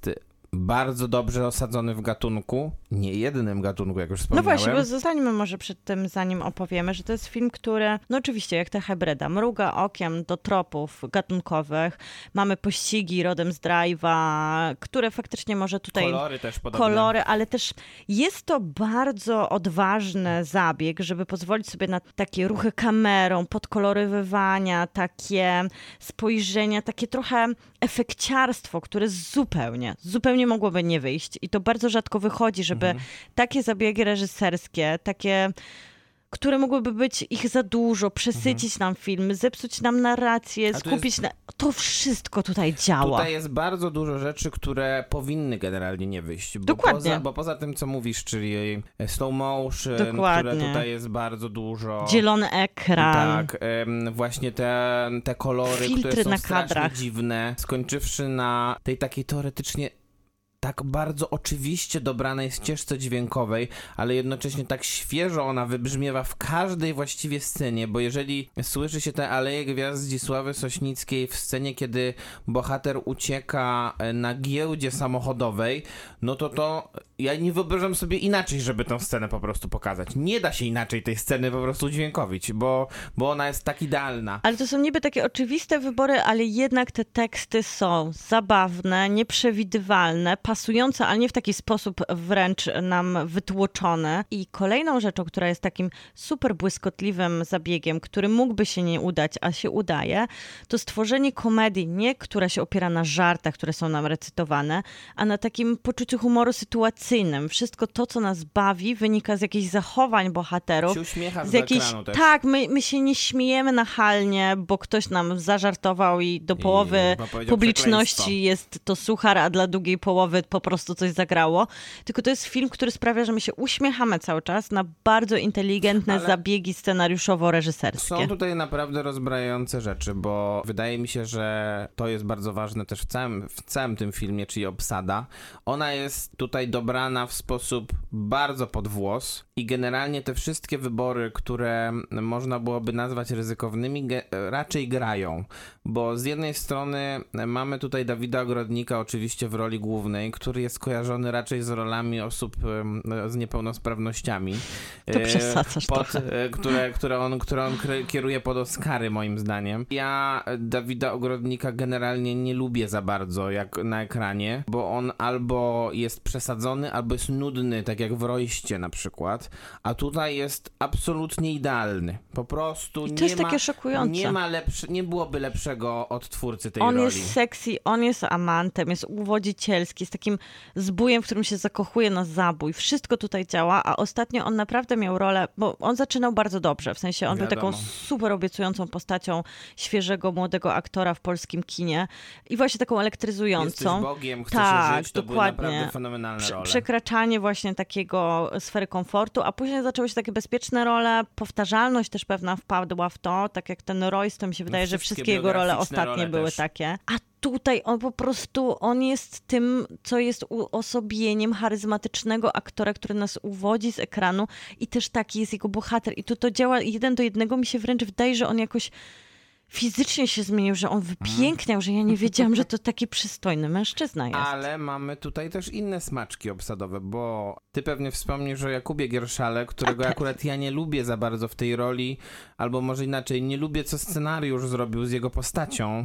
bardzo dobrze osadzony w gatunku, nie jedynym gatunku, jak już wspomniałem. No właśnie, bo zostańmy może przed tym, zanim opowiemy, że to jest film, który, no oczywiście jak ta hybryda, mruga okiem do tropów gatunkowych. Mamy pościgi rodem z Drive'a, które faktycznie może tutaj... Kolory też podobne. Kolory, ale też jest to bardzo odważny zabieg, żeby pozwolić sobie na takie ruchy kamerą, podkolorywywania, takie spojrzenia, takie trochę efekciarstwo, które zupełnie, zupełnie mogłoby nie wyjść. I to bardzo rzadko wychodzi, żeby mhm. takie zabiegi reżyserskie, takie, które mogłyby być ich za dużo, przesycić mhm. nam film, zepsuć nam narrację, skupić jest... na... To wszystko tutaj działa. Tutaj jest bardzo dużo rzeczy, które powinny generalnie nie wyjść. Bo Dokładnie. Poza, bo poza tym, co mówisz, czyli slow motion, Dokładnie. które tutaj jest bardzo dużo. Zielony ekran. Tak, ym, właśnie te, te kolory, filtry które są na strasznie kadrach. dziwne. Skończywszy na tej takiej teoretycznie tak bardzo oczywiście dobranej ścieżce dźwiękowej, ale jednocześnie tak świeżo ona wybrzmiewa w każdej właściwie scenie, bo jeżeli słyszy się tę Aleję Gwiazd Zdzisławy Sośnickiej w scenie, kiedy bohater ucieka na giełdzie samochodowej, no to to ja nie wyobrażam sobie inaczej, żeby tę scenę po prostu pokazać. Nie da się inaczej tej sceny po prostu udźwiękowić, bo, bo ona jest tak idealna. Ale to są niby takie oczywiste wybory, ale jednak te teksty są zabawne, nieprzewidywalne, pasujące, ale nie w taki sposób wręcz nam wytłoczone. I kolejną rzeczą, która jest takim super błyskotliwym zabiegiem, który mógłby się nie udać, a się udaje, to stworzenie komedii, nie która się opiera na żartach, które są nam recytowane, a na takim poczuciu humoru sytuacyjnym. Wszystko to, co nas bawi, wynika z jakichś zachowań bohaterów. Się uśmiechasz z do jakiejś... ekranu też. Tak, my, my się nie śmiejemy nachalnie, bo ktoś nam zażartował i do połowy I, publiczności jest to suchar, a dla drugiej połowy po prostu coś zagrało. Tylko to jest film, który sprawia, że my się uśmiechamy cały czas na bardzo inteligentne Ale zabiegi scenariuszowo-reżyserskie. Są tutaj naprawdę rozbrajające rzeczy, bo wydaje mi się, że to jest bardzo ważne też w całym, w całym tym filmie, czyli obsada. Ona jest tutaj dobrana w sposób bardzo pod włos i generalnie te wszystkie wybory, które można byłoby nazwać ryzykownymi, raczej grają, bo z jednej strony mamy tutaj Dawida Ogrodnika oczywiście w roli głównej, który jest kojarzony raczej z rolami osób z niepełnosprawnościami. To przesadzasz pod, trochę. Które, które, on, które on kieruje pod Oscary, moim zdaniem. Ja Dawida Ogrodnika generalnie nie lubię za bardzo jak na ekranie, bo on albo jest przesadzony, albo jest nudny, tak jak w Royście na przykład, a tutaj jest absolutnie idealny. Po prostu I to nie jest ma, takie szokujące. Nie ma lepsze, nie byłoby lepszego odtwórcy tej on roli. On jest sexy, on jest amantem, jest uwodzicielski, jest takim zbójem, w którym się zakochuje na zabój. Wszystko tutaj działa, a ostatnio on naprawdę miał rolę, bo on zaczynał bardzo dobrze, w sensie on Wiadomo. był taką super obiecującą postacią świeżego, młodego aktora w polskim kinie i właśnie taką elektryzującą. Jesteś Bogiem, chcesz tak, żyć, to dokładnie. były naprawdę fenomenalne Prze- role. Przekraczanie właśnie takiego sfery komfortu, a później zaczęły się takie bezpieczne role, powtarzalność też pewna wpadła w to, tak jak ten Royce, to mi się wydaje, No że wszystkie jego role biograficzne ostatnie role były też. takie. A tutaj on po prostu, on jest tym, co jest uosobieniem charyzmatycznego aktora, który nas uwodzi z ekranu i też taki jest jego bohater. I tu to działa jeden do jednego. Mi się wręcz wydaje, że on jakoś fizycznie się zmienił, że on wypiękniał, że ja nie wiedziałam, że to taki przystojny mężczyzna jest. Ale mamy tutaj też inne smaczki obsadowe, bo ty pewnie wspomnisz o Jakubie Gierszale, którego tak. akurat ja nie lubię za bardzo w tej roli, albo może inaczej, nie lubię, co scenariusz zrobił z jego postacią,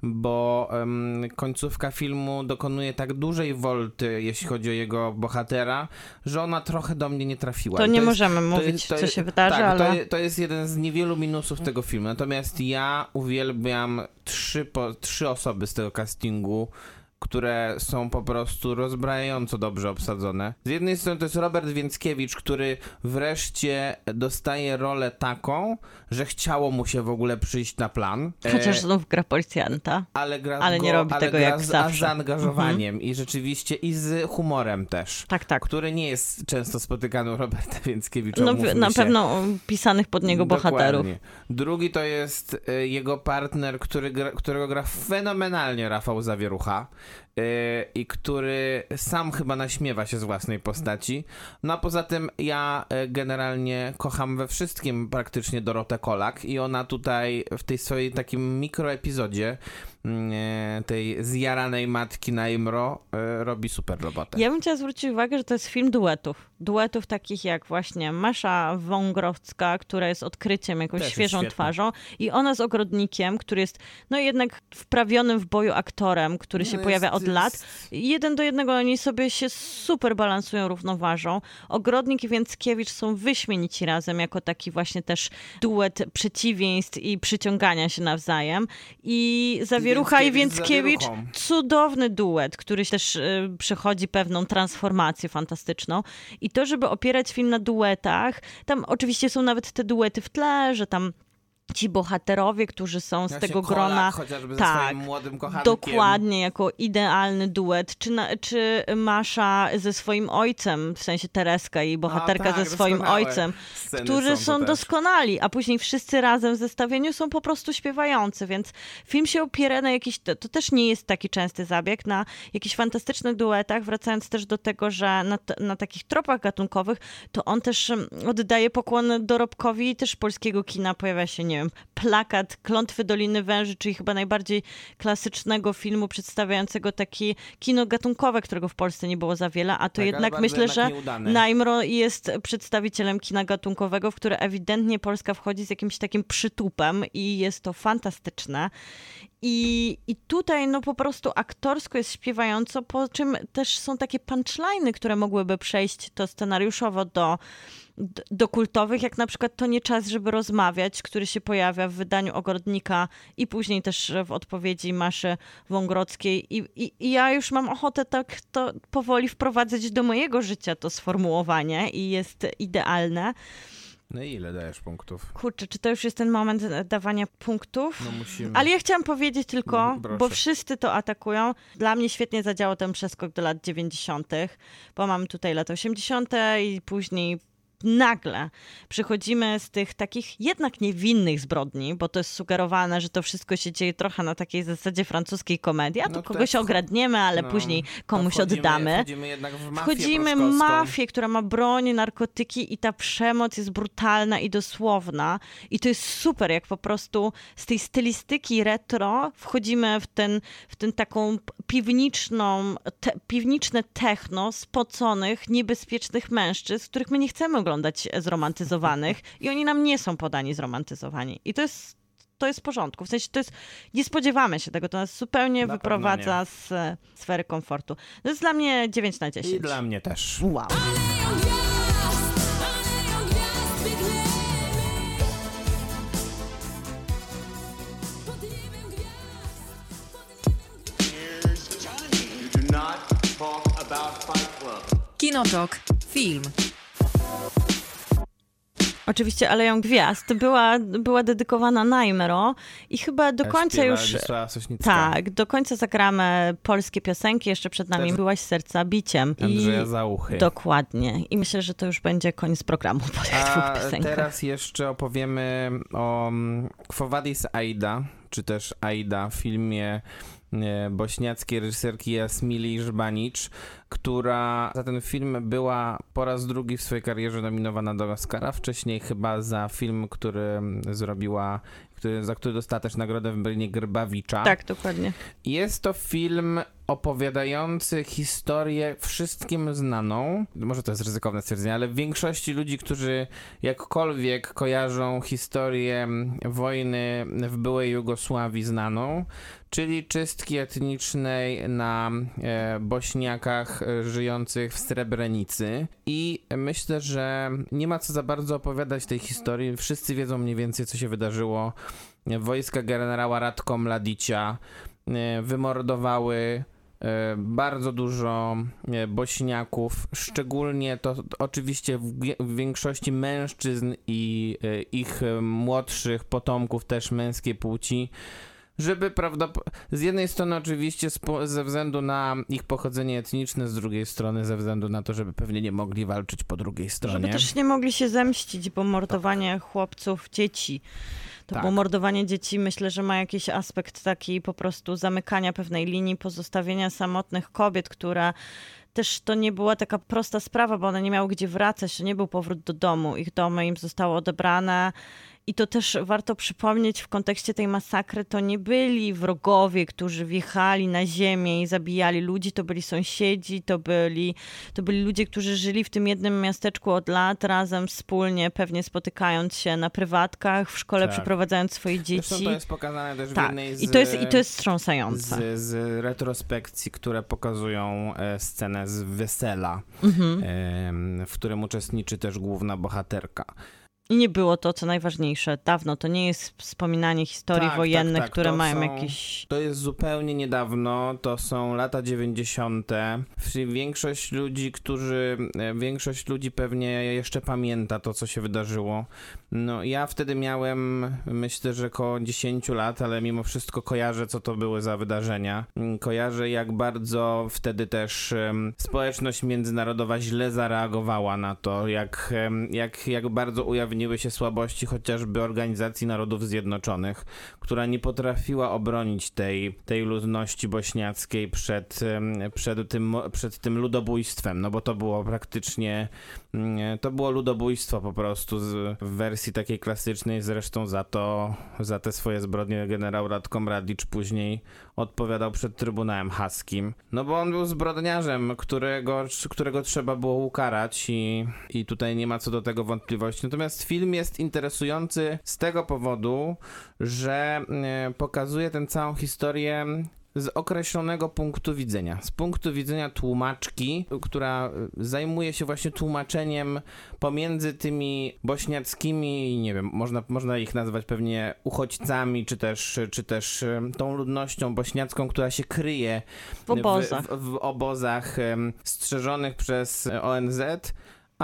bo um, końcówka filmu dokonuje tak dużej wolty, jeśli chodzi o jego bohatera, że ona trochę do mnie nie trafiła. To I nie jest, możemy to mówić, jest, to co jest, się wydarzy, tak, ale... To, je, to jest jeden z niewielu minusów tego filmu, natomiast ja uwielbiam trzy, po, trzy osoby z tego castingu, które są po prostu rozbrajająco dobrze obsadzone. Z jednej strony to jest Robert Więckiewicz, który wreszcie dostaje rolę taką, że chciało mu się w ogóle przyjść na plan. Chociaż znów gra policjanta. Ale, gra ale nie go, robi ale tego gra jak z, zawsze. z zaangażowaniem i rzeczywiście i z humorem też. Tak, tak. Który nie jest często spotykany u Roberta Więckiewicza. No na się. pewno pisanych pod niego Dokładnie. bohaterów. Drugi to jest y, jego partner, który gra, którego gra fenomenalnie Rafał Zawierucha. i który sam chyba naśmiewa się z własnej postaci. No a poza tym ja generalnie kocham we wszystkim praktycznie Dorotę Kolak i ona tutaj w tej swojej takim mikroepizodzie tej zjaranej matki Naimro robi super robotę. Ja bym chciała zwrócić uwagę, że to jest film duetów. Duetów takich jak właśnie Masza Wągrowska, która jest odkryciem, jakąś Też świeżą twarzą i ona z Ogrodnikiem, który jest no jednak wprawionym w boju aktorem, który się no pojawia jest, od jest... lat. Jeden do jednego oni sobie się super balansują, równoważą. Ogrodnik i Więckiewicz są wyśmienici razem, jako taki właśnie też duet przeciwieństw i przyciągania się nawzajem. I Zawierucha i Więckiewicz, cudowny duet, który też y, przechodzi pewną transformację fantastyczną. I to, żeby opierać film na duetach, tam oczywiście są nawet te duety w tle, że tam ci bohaterowie, którzy są z Właśnie tego Kolak, grona, chociażby tak, ze swoim młodym kochankiem. Dokładnie, jako idealny duet. Czy, na, czy Masza ze swoim ojcem, w sensie Tereska i bohaterka A, tak, ze swoim ojcem, którzy są, są doskonali, a później wszyscy razem w zestawieniu są po prostu śpiewający, więc film się opiera na jakiś, to, to też nie jest taki częsty zabieg, na jakichś fantastycznych duetach, wracając też do tego, że na, na takich tropach gatunkowych, to on też oddaje pokłon dorobkowi też polskiego kina. Pojawia się, nie wiem, Plakat, Klątwy Doliny Węży, czyli chyba najbardziej klasycznego filmu przedstawiającego takie kino gatunkowe, którego w Polsce nie było za wiele, a to tak, jednak myślę, jednak że nieudane. Naimro jest przedstawicielem kina gatunkowego, w które ewidentnie Polska wchodzi z jakimś takim przytupem i jest to fantastyczne. I, I tutaj no po prostu aktorsko jest śpiewająco, po czym też są takie punchline'y, które mogłyby przejść to scenariuszowo do, do, do kultowych, jak na przykład To nie czas, żeby rozmawiać, który się pojawia w wydaniu Ogrodnika i później też w odpowiedzi Maszy Wągrodzkiej. I, i, i ja już mam ochotę tak to powoli wprowadzać do mojego życia to sformułowanie i jest idealne. No i ile dajesz punktów? Kurczę, czy to już jest ten moment dawania punktów? No musimy. Ale ja chciałam powiedzieć tylko, No, bo wszyscy to atakują. Dla mnie świetnie zadziałał ten przeskok do lat dziewięćdziesiątych, bo mamy tutaj lata osiemdziesiąte i później nagle przychodzimy z tych takich jednak niewinnych zbrodni, bo to jest sugerowane, że to wszystko się dzieje trochę na takiej zasadzie francuskiej komedii, a tu No kogoś tak. okradniemy, ale No, później to komuś wchodzimy, oddamy. Wchodzimy jednak w mafię Wchodzimy w proszkowską. mafię, która ma broń, narkotyki i ta przemoc jest brutalna i dosłowna. I to jest super, jak po prostu z tej stylistyki retro wchodzimy w ten, w ten taką piwniczną, te, piwniczne techno spoconych, niebezpiecznych mężczyzn, których my nie chcemy oglądać zromantyzowanych i oni nam nie są podani zromantyzowani. I to jest to jest w porządku. W sensie to jest, nie spodziewamy się tego, to nas zupełnie Na wyprowadza z e, sfery komfortu. To jest dla mnie dziewięć na dziesięć. I dla mnie też. Wow. You do not talk about Fight Club. Kinotok. Film. Oczywiście Aleją Gwiazd była, była dedykowana Naimro i chyba do końca Śpiewa już... Wisława Sośnicka. Tak, do końca zagramy polskie piosenki. Jeszcze przed nami Też- Byłaś serca biciem. Andrzeja I Załuchy. dokładnie. I myślę, że to już będzie koniec programu po tych dwóch A piosenkach. teraz jeszcze opowiemy o mm, Quo Vadis Aida, czy też Aida, filmie e, bośniackiej reżyserki Jasmili Żbanić, która za ten film była po raz drugi w swojej karierze nominowana do Oscara. Wcześniej chyba za film, który zrobiła, który, za który dostała też nagrodę w Berlinie Grbawicza. Tak, dokładnie. Jest to film opowiadający historię wszystkim znaną, może to jest ryzykowne stwierdzenie, ale w większości ludzi, którzy jakkolwiek kojarzą historię wojny w byłej Jugosławii znaną, czyli czystki etnicznej na e, Bośniakach e, żyjących w Srebrenicy. I myślę, że nie ma co za bardzo opowiadać tej historii. Wszyscy wiedzą mniej więcej, co się wydarzyło. Wojska generała Ratko Mladicia e, wymordowały e, bardzo dużo e, Bośniaków, szczególnie to oczywiście w, w większości mężczyzn i e, ich e, młodszych potomków też męskiej płci, żeby prawdopodobnie, z jednej strony oczywiście spo, ze względu na ich pochodzenie etniczne, z drugiej strony ze względu na to, żeby pewnie nie mogli walczyć po drugiej stronie. Żeby też nie mogli się zemścić, bo mordowanie chłopców, dzieci To Tak. było mordowanie dzieci, myślę, że ma jakiś aspekt taki po prostu zamykania pewnej linii, pozostawienia samotnych kobiet, które też to nie była taka prosta sprawa, bo one nie miały gdzie wracać, to nie był powrót do domu, ich domy im zostały odebrane. I to też warto przypomnieć w kontekście tej masakry, to nie byli wrogowie, którzy wjechali na ziemię i zabijali ludzi, to byli sąsiedzi, to byli, to byli ludzie, którzy żyli w tym jednym miasteczku od lat, razem, wspólnie, pewnie spotykając się na prywatkach, w szkole Tak. przyprowadzając swoje Zresztą dzieci. to jest pokazane też w Tak, jednej z, i to jest, i to jest wstrząsające. z, z retrospekcji, które pokazują e, scenę z wesela, Mhm. e, w którym uczestniczy też główna bohaterka. I nie było to, co najważniejsze, dawno. To nie jest wspominanie historii Tak, wojennych, tak, tak. które To mają są- jakieś... To jest zupełnie niedawno, to są lata dziewięćdziesiąte. Większość ludzi, którzy, większość ludzi pewnie jeszcze pamięta to, co się wydarzyło. No ja wtedy miałem, myślę, że około dziesięć lat, ale mimo wszystko kojarzę, co to były za wydarzenia. Kojarzę, jak bardzo wtedy też em, społeczność międzynarodowa źle zareagowała na to, jak, em, jak, jak bardzo ujawniły się słabości chociażby Organizacji Narodów Zjednoczonych, która nie potrafiła obronić tej, tej ludności bośniackiej przed, em, przed, tym, przed tym ludobójstwem, no bo to było praktycznie, mm, to było ludobójstwo po prostu z, w wersji takiej klasycznej, zresztą za to, za te swoje zbrodnie generał Ratko Mladić później odpowiadał przed Trybunałem Haskim, no bo on był zbrodniarzem, którego, którego trzeba było ukarać i, i tutaj nie ma co do tego wątpliwości. Natomiast film jest interesujący z tego powodu, że e, pokazuje tę całą historię z określonego punktu widzenia. Z punktu widzenia tłumaczki, która zajmuje się właśnie tłumaczeniem pomiędzy tymi bośniackimi, nie wiem, można, można ich nazwać pewnie uchodźcami, czy też, czy też e, tą ludnością bośniacką, która się kryje W obozach. w, w, w obozach em, strzeżonych przez O N Z,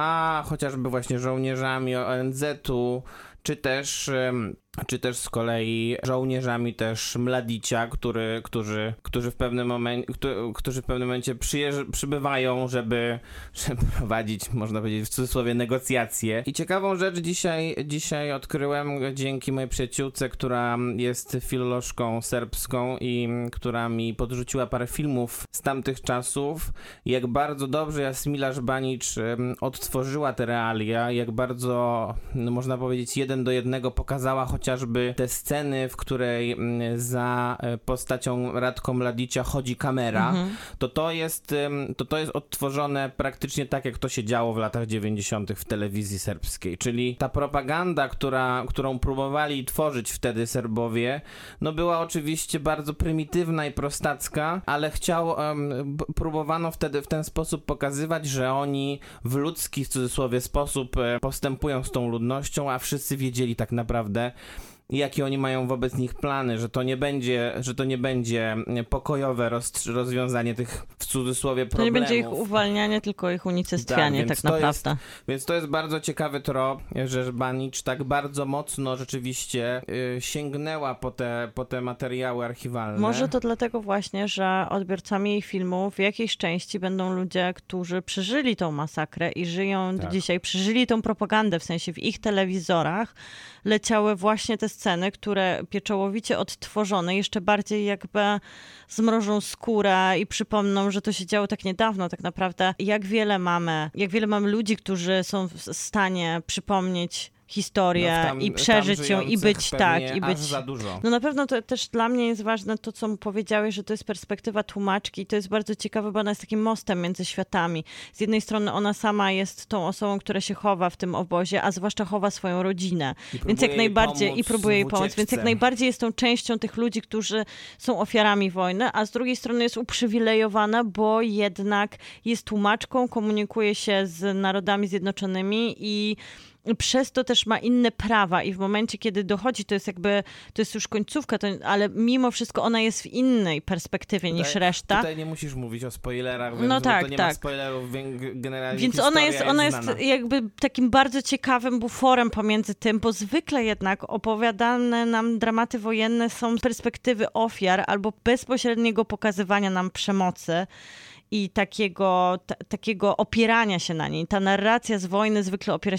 a chociażby właśnie żołnierzami O N Z-u, czy też, em, czy też z kolei żołnierzami też Mladicia, który, którzy, którzy, w pewnym momencie, którzy w pewnym momencie przyjeżdż- przybywają, żeby, żeby prowadzić, można powiedzieć w cudzysłowie, negocjacje. I ciekawą rzecz dzisiaj, dzisiaj odkryłem dzięki mojej przyjaciółce, która jest filolożką serbską i która mi podrzuciła parę filmów z tamtych czasów, jak bardzo dobrze Jasmila Żbanić em, odtworzyła te realia, jak bardzo, no, można powiedzieć, jeden do jednego pokazała chociażby te sceny, w której mm, za e, postacią Ratko Mladicia chodzi kamera, Mhm. to to jest, ym, to to jest odtworzone praktycznie tak, jak to się działo w latach dziewięćdziesiątych w telewizji serbskiej. Czyli ta propaganda, która, którą próbowali tworzyć wtedy Serbowie, no była oczywiście bardzo prymitywna i prostacka, ale chciał, ym, b- próbowano wtedy w ten sposób pokazywać, że oni w ludzki, w cudzysłowie, sposób e, postępują z tą ludnością, a wszyscy wiedzieli tak naprawdę, jakie oni mają wobec nich plany, że to nie będzie, że to nie będzie pokojowe roz, rozwiązanie tych, w cudzysłowie, To nie problemów. będzie ich uwalnianie, tylko ich unicestwianie Tak, tak, więc to naprawdę. Więc to jest bardzo ciekawy trop, że Żbanić tak bardzo mocno rzeczywiście y, sięgnęła po te, po te materiały archiwalne. Może to dlatego właśnie, że odbiorcami jej filmu w jakiejś części będą ludzie, którzy przeżyli tą masakrę i żyją do Tak. dzisiaj, przeżyli tą propagandę, w sensie w ich telewizorach leciały właśnie te sceny, które pieczołowicie odtworzone, jeszcze bardziej jakby zmrożą skórę i przypomną, że to się działo tak niedawno, tak naprawdę jak wiele mamy, jak wiele mamy ludzi, którzy są w stanie przypomnieć historię No, w tam- i tam przeżyć ją i żyjących być tak, pewnie i aż być... za dużo. No na pewno to też dla mnie jest ważne to, co mu powiedziałeś, że to jest perspektywa tłumaczki i to jest bardzo ciekawe, bo ona jest takim mostem między światami. Z jednej strony ona sama jest tą osobą, która się chowa w tym obozie, a zwłaszcza chowa swoją rodzinę. I Więc próbuje jak jej najbardziej pomóc i próbuje jej w pomóc, więc jak ucieczce. najbardziej jest tą częścią tych ludzi, którzy są ofiarami wojny, a z drugiej strony jest uprzywilejowana, bo jednak jest tłumaczką, komunikuje się z Narodami Zjednoczonymi i przez to też ma inne prawa i w momencie, kiedy dochodzi, to jest jakby, to jest już końcówka, to, ale mimo wszystko ona jest w innej perspektywie niż Tutaj- reszta. Tutaj nie musisz mówić o spoilerach, więc No no tak, to nie tak. ma spoilerów, więc generalnie Więc historia ona jest, ona jest znana. jakby takim bardzo ciekawym buforem pomiędzy tym, bo zwykle jednak opowiadane nam dramaty wojenne są z perspektywy ofiar albo bezpośredniego pokazywania nam przemocy i takiego, ta, takiego opierania się na niej. Ta narracja z wojny zwykle opiera się na przemocy.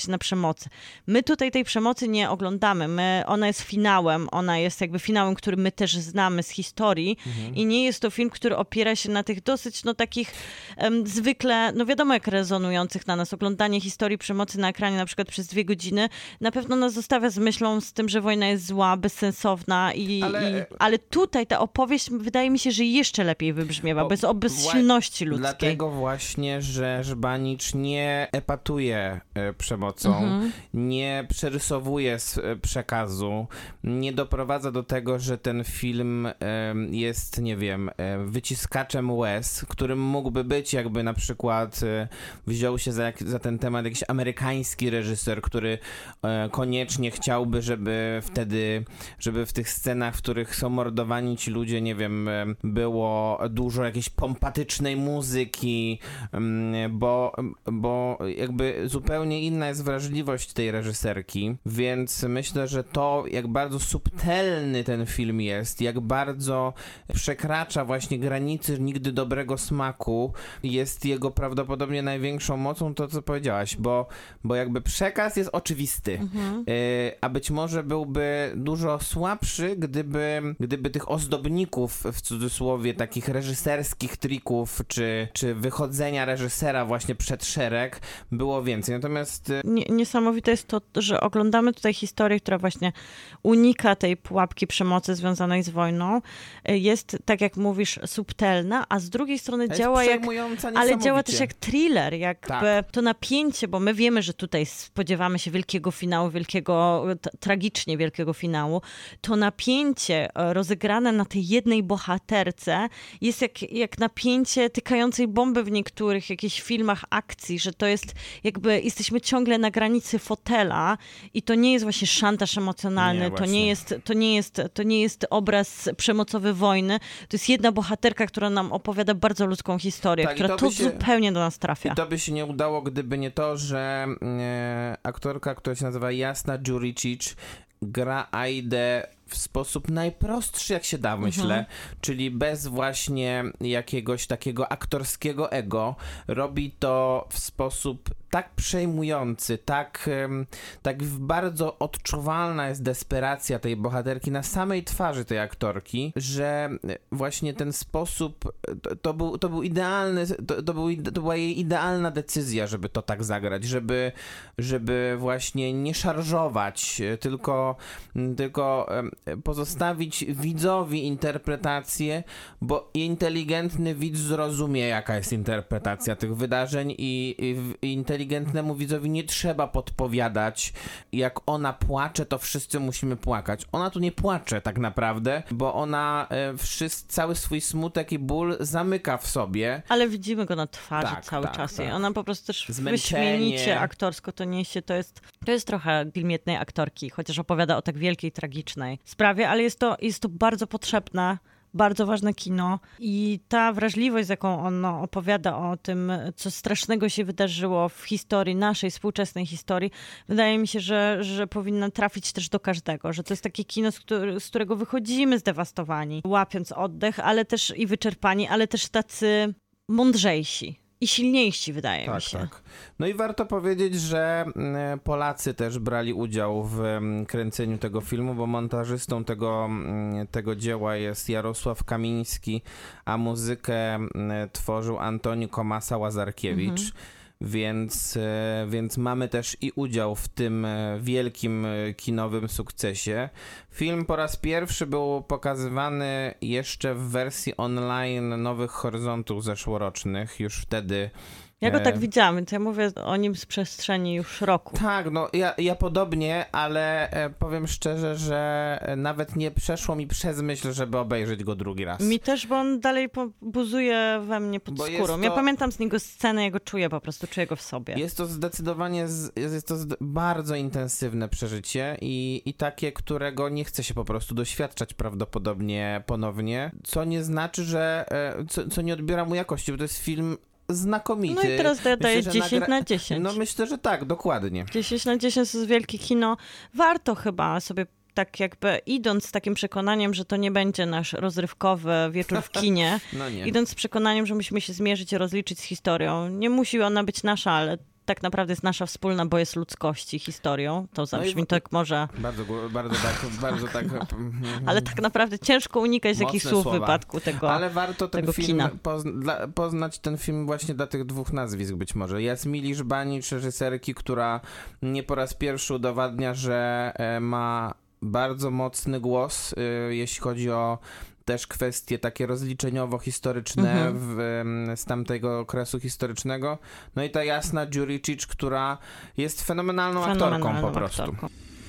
przemocy. My tutaj tej przemocy nie oglądamy. My, ona jest finałem, ona jest jakby finałem, który my też znamy z historii mhm. i nie jest to film, który opiera się na tych dosyć no takich um, zwykle, no wiadomo jak rezonujących na nas. Oglądanie historii przemocy na ekranie na przykład przez dwie godziny na pewno nas zostawia z myślą z tym, że wojna jest zła, bezsensowna i ale, i, ale tutaj ta opowieść wydaje mi się, że jeszcze lepiej wybrzmiewa, bez bezsilności ludzkiej. Dlatego właśnie, że Żbanicz nie epatuje e, przemocą, mhm. nie przerysowuje z e, przekazu, nie doprowadza do tego, że ten film e, jest, nie wiem, e, wyciskaczem łez, którym mógłby być jakby na przykład e, wziął się za, za ten temat jakiś amerykański reżyser, który e, koniecznie chciałby, żeby wtedy, żeby w tych scenach, w których są mordowani ci ludzie, nie wiem, e, było dużo jakiejś pompatycznej muzyki, bo, bo jakby zupełnie inna jest wrażliwość tej reżyserki, więc myślę, że to, jak bardzo subtelny ten film jest, jak bardzo przekracza właśnie granicy nigdy dobrego smaku, jest jego prawdopodobnie największą mocą to, co powiedziałaś, bo, bo jakby przekaz jest oczywisty, mhm. a być może byłby dużo słabszy, gdyby, gdyby tych ozdobników, w cudzysłowie, takich reżyserskich trików, czy, czy wychodzenia reżysera właśnie przed szereg było więcej. Natomiast... Nie, niesamowite jest to, że oglądamy tutaj historię, która właśnie unika tej pułapki przemocy związanej z wojną. Jest, tak jak mówisz, subtelna, a z drugiej strony jest działa jak... Ale działa też jak thriller, jakby tak. To napięcie, bo my wiemy, że tutaj spodziewamy się wielkiego finału, wielkiego, t- tragicznie wielkiego finału. To napięcie rozegrane na tej jednej bohaterce jest jak, jak napięcie tykającej bomby w niektórych jakichś filmach akcji, że to jest jakby, jesteśmy ciągle na granicy fotela i to nie jest właśnie szantaż emocjonalny, nie, to, nie jest, to, nie jest, to nie jest obraz przemocowy wojny, to jest jedna bohaterka, która nam opowiada bardzo ludzką historię, tak, która to, to się, zupełnie do nas trafia. I to by się nie udało, gdyby nie to, że e, aktorka, która się nazywa Jasna Juricic, gra Aidę w sposób najprostszy, jak się da, myślę, mhm. czyli bez właśnie jakiegoś takiego aktorskiego ego. Robi to w sposób tak przejmujący, tak, tak bardzo odczuwalna jest desperacja tej bohaterki na samej twarzy tej aktorki, że właśnie ten sposób, to, to, był, to był idealny, to, to, był, to była jej idealna decyzja, żeby to tak zagrać, żeby, żeby właśnie nie szarżować, tylko, tylko pozostawić widzowi interpretację, bo inteligentny widz zrozumie, jaka jest interpretacja tych wydarzeń i, i, i inteligentnemu widzowi nie trzeba podpowiadać, jak ona płacze, to wszyscy musimy płakać. Ona tu nie płacze tak naprawdę, bo ona e, wszyscy, cały swój smutek i ból zamyka w sobie. Ale widzimy go na twarzy tak, cały tak, czas. Tak. I ona po prostu też Zmęczenie. wyśmienicie aktorsko to niesie. To jest, to jest trochę gilmietnej aktorki, chociaż opowiada o tak wielkiej, tragicznej sprawie, ale jest to, jest to bardzo potrzebne, bardzo ważne kino i ta wrażliwość, z jaką ono opowiada o tym, co strasznego się wydarzyło w historii, naszej współczesnej historii, wydaje mi się, że, że powinna trafić też do każdego, że to jest takie kino, z, który, z którego wychodzimy zdewastowani, łapiąc oddech, ale też i wyczerpani, ale też tacy mądrzejsi. I silniejsi, wydaje tak, mi się. Tak. No i warto powiedzieć, że Polacy też brali udział w kręceniu tego filmu, bo montażystą tego, tego dzieła jest Jarosław Kamiński, a muzykę tworzył Antoni Komasa-Łazarkiewicz. Mhm. Więc, więc mamy też i udział w tym wielkim kinowym sukcesie. Film po raz pierwszy był pokazywany jeszcze w wersji online Nowych Horyzontów zeszłorocznych. Już wtedy... Ja go tak widziałam, więc ja mówię o nim z przestrzeni już roku. Tak, no ja, ja podobnie, ale powiem szczerze, że nawet nie przeszło mi przez myśl, żeby obejrzeć go drugi raz. Mi też, bo on dalej buzuje we mnie pod bo skórą. To... Ja pamiętam z niego scenę, ja go czuję po prostu, czuję go w sobie. Jest to zdecydowanie, z, jest to zde- bardzo intensywne przeżycie i, i takie, którego nie chce się po prostu doświadczać prawdopodobnie ponownie, co nie znaczy, że, co, co nie odbiera mu jakości, bo to jest film znakomity. No i teraz daję myślę, dziesięć nagra... na dziesięć. No myślę, że tak, dokładnie. dziesięć na dziesięć to jest wielkie kino. Warto chyba sobie tak jakby idąc z takim przekonaniem, że to nie będzie nasz rozrywkowy wieczór w kinie, no nie. idąc z przekonaniem, że musimy się zmierzyć i rozliczyć z historią. Nie musi ona być nasza, ale tak naprawdę jest nasza wspólna, bo jest ludzkości historią. To zabrzmi No i- tak może... Bardzo, bardzo tak, bardzo tak. Ale tak naprawdę ciężko unikać Mocne takich słów w słowa. wypadku tego. Ale warto ten tego film kina. pozna, dla, poznać ten film właśnie dla tych dwóch nazwisk być może. Jasmili Żbanicz, reżyserki, która nie po raz pierwszy udowadnia, że e, ma bardzo mocny głos, e, jeśli chodzi o też kwestie takie rozliczeniowo-historyczne Mhm. w, em, z tamtego okresu historycznego. No i ta Jasna Juricic, która jest fenomenalną, Fenomenalną aktorką po prostu. aktorką.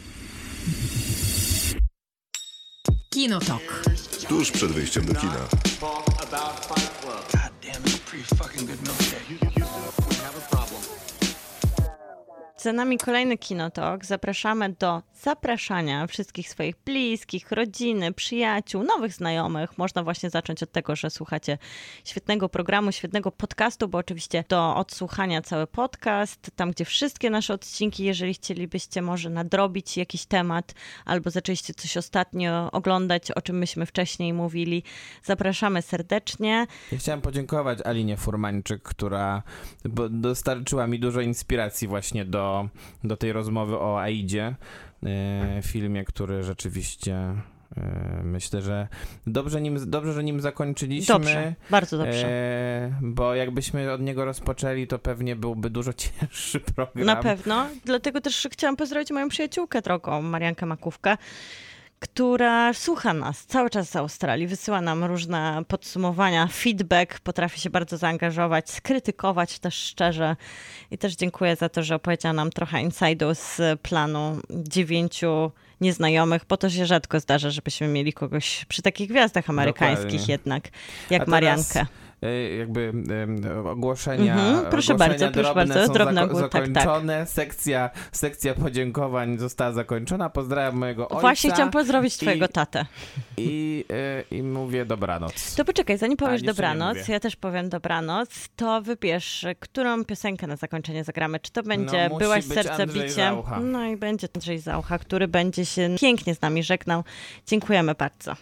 Kinotok. Tuż przed wyjściem do kina. Talk about Fight Club. God damn, it's a pretty fucking good milkshake. You, you, Houston, we have a problem. Za nami kolejny Kinotok. Zapraszamy do zapraszania wszystkich swoich bliskich, rodziny, przyjaciół, nowych znajomych. Można właśnie zacząć od tego, że słuchacie świetnego programu, świetnego podcastu, bo oczywiście do odsłuchania cały podcast, tam gdzie wszystkie nasze odcinki, jeżeli chcielibyście może nadrobić jakiś temat, albo zaczęliście coś ostatnio oglądać, o czym myśmy wcześniej mówili. Zapraszamy serdecznie. Ja chciałem podziękować Alinie Furmańczyk, która bo dostarczyła mi dużo inspiracji właśnie do, do tej rozmowy o Aidzie, e, filmie, który rzeczywiście e, myślę, że dobrze, nim, dobrze, że nim zakończyliśmy. Dobrze, bardzo dobrze. E, bo jakbyśmy od niego rozpoczęli, to pewnie byłby dużo cięższy program. Na pewno. Dlatego też chciałam pozdrowić moją przyjaciółkę drogą, Mariankę Makówkę, która słucha nas cały czas z Australii, wysyła nam różne podsumowania, feedback, potrafi się bardzo zaangażować, skrytykować też szczerze i też dziękuję za to, że opowiedziała nam trochę inside'u z planu dziewięciu nieznajomych, bo to się rzadko zdarza, żebyśmy mieli kogoś przy takich gwiazdach amerykańskich Dokładnie. jednak, jak A teraz, Mariankę. e, Jakby e, ogłoszenia, Mhm, proszę ogłoszenia bardzo, proszę drobne bardzo, są drobne zako- ogło- tak, tak. zakończone. Sekcja, sekcja podziękowań została zakończona. Pozdrawiam mojego ojca. Właśnie chciałam pozdrowić twojego i- tatę. I, e, I mówię dobranoc. To poczekaj, zanim powiesz jeszcze nie dobranoc, mówię. ja też powiem dobranoc, to wybierz, którą piosenkę na zakończenie zagramy. Czy to będzie musi Byłaś być serce Andrzej biciem? Zaucha. No i będzie Andrzej Zaucha, który będzie się pięknie z nami żegnał. Dziękujemy bardzo.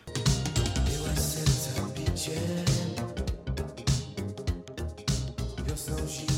Wiosną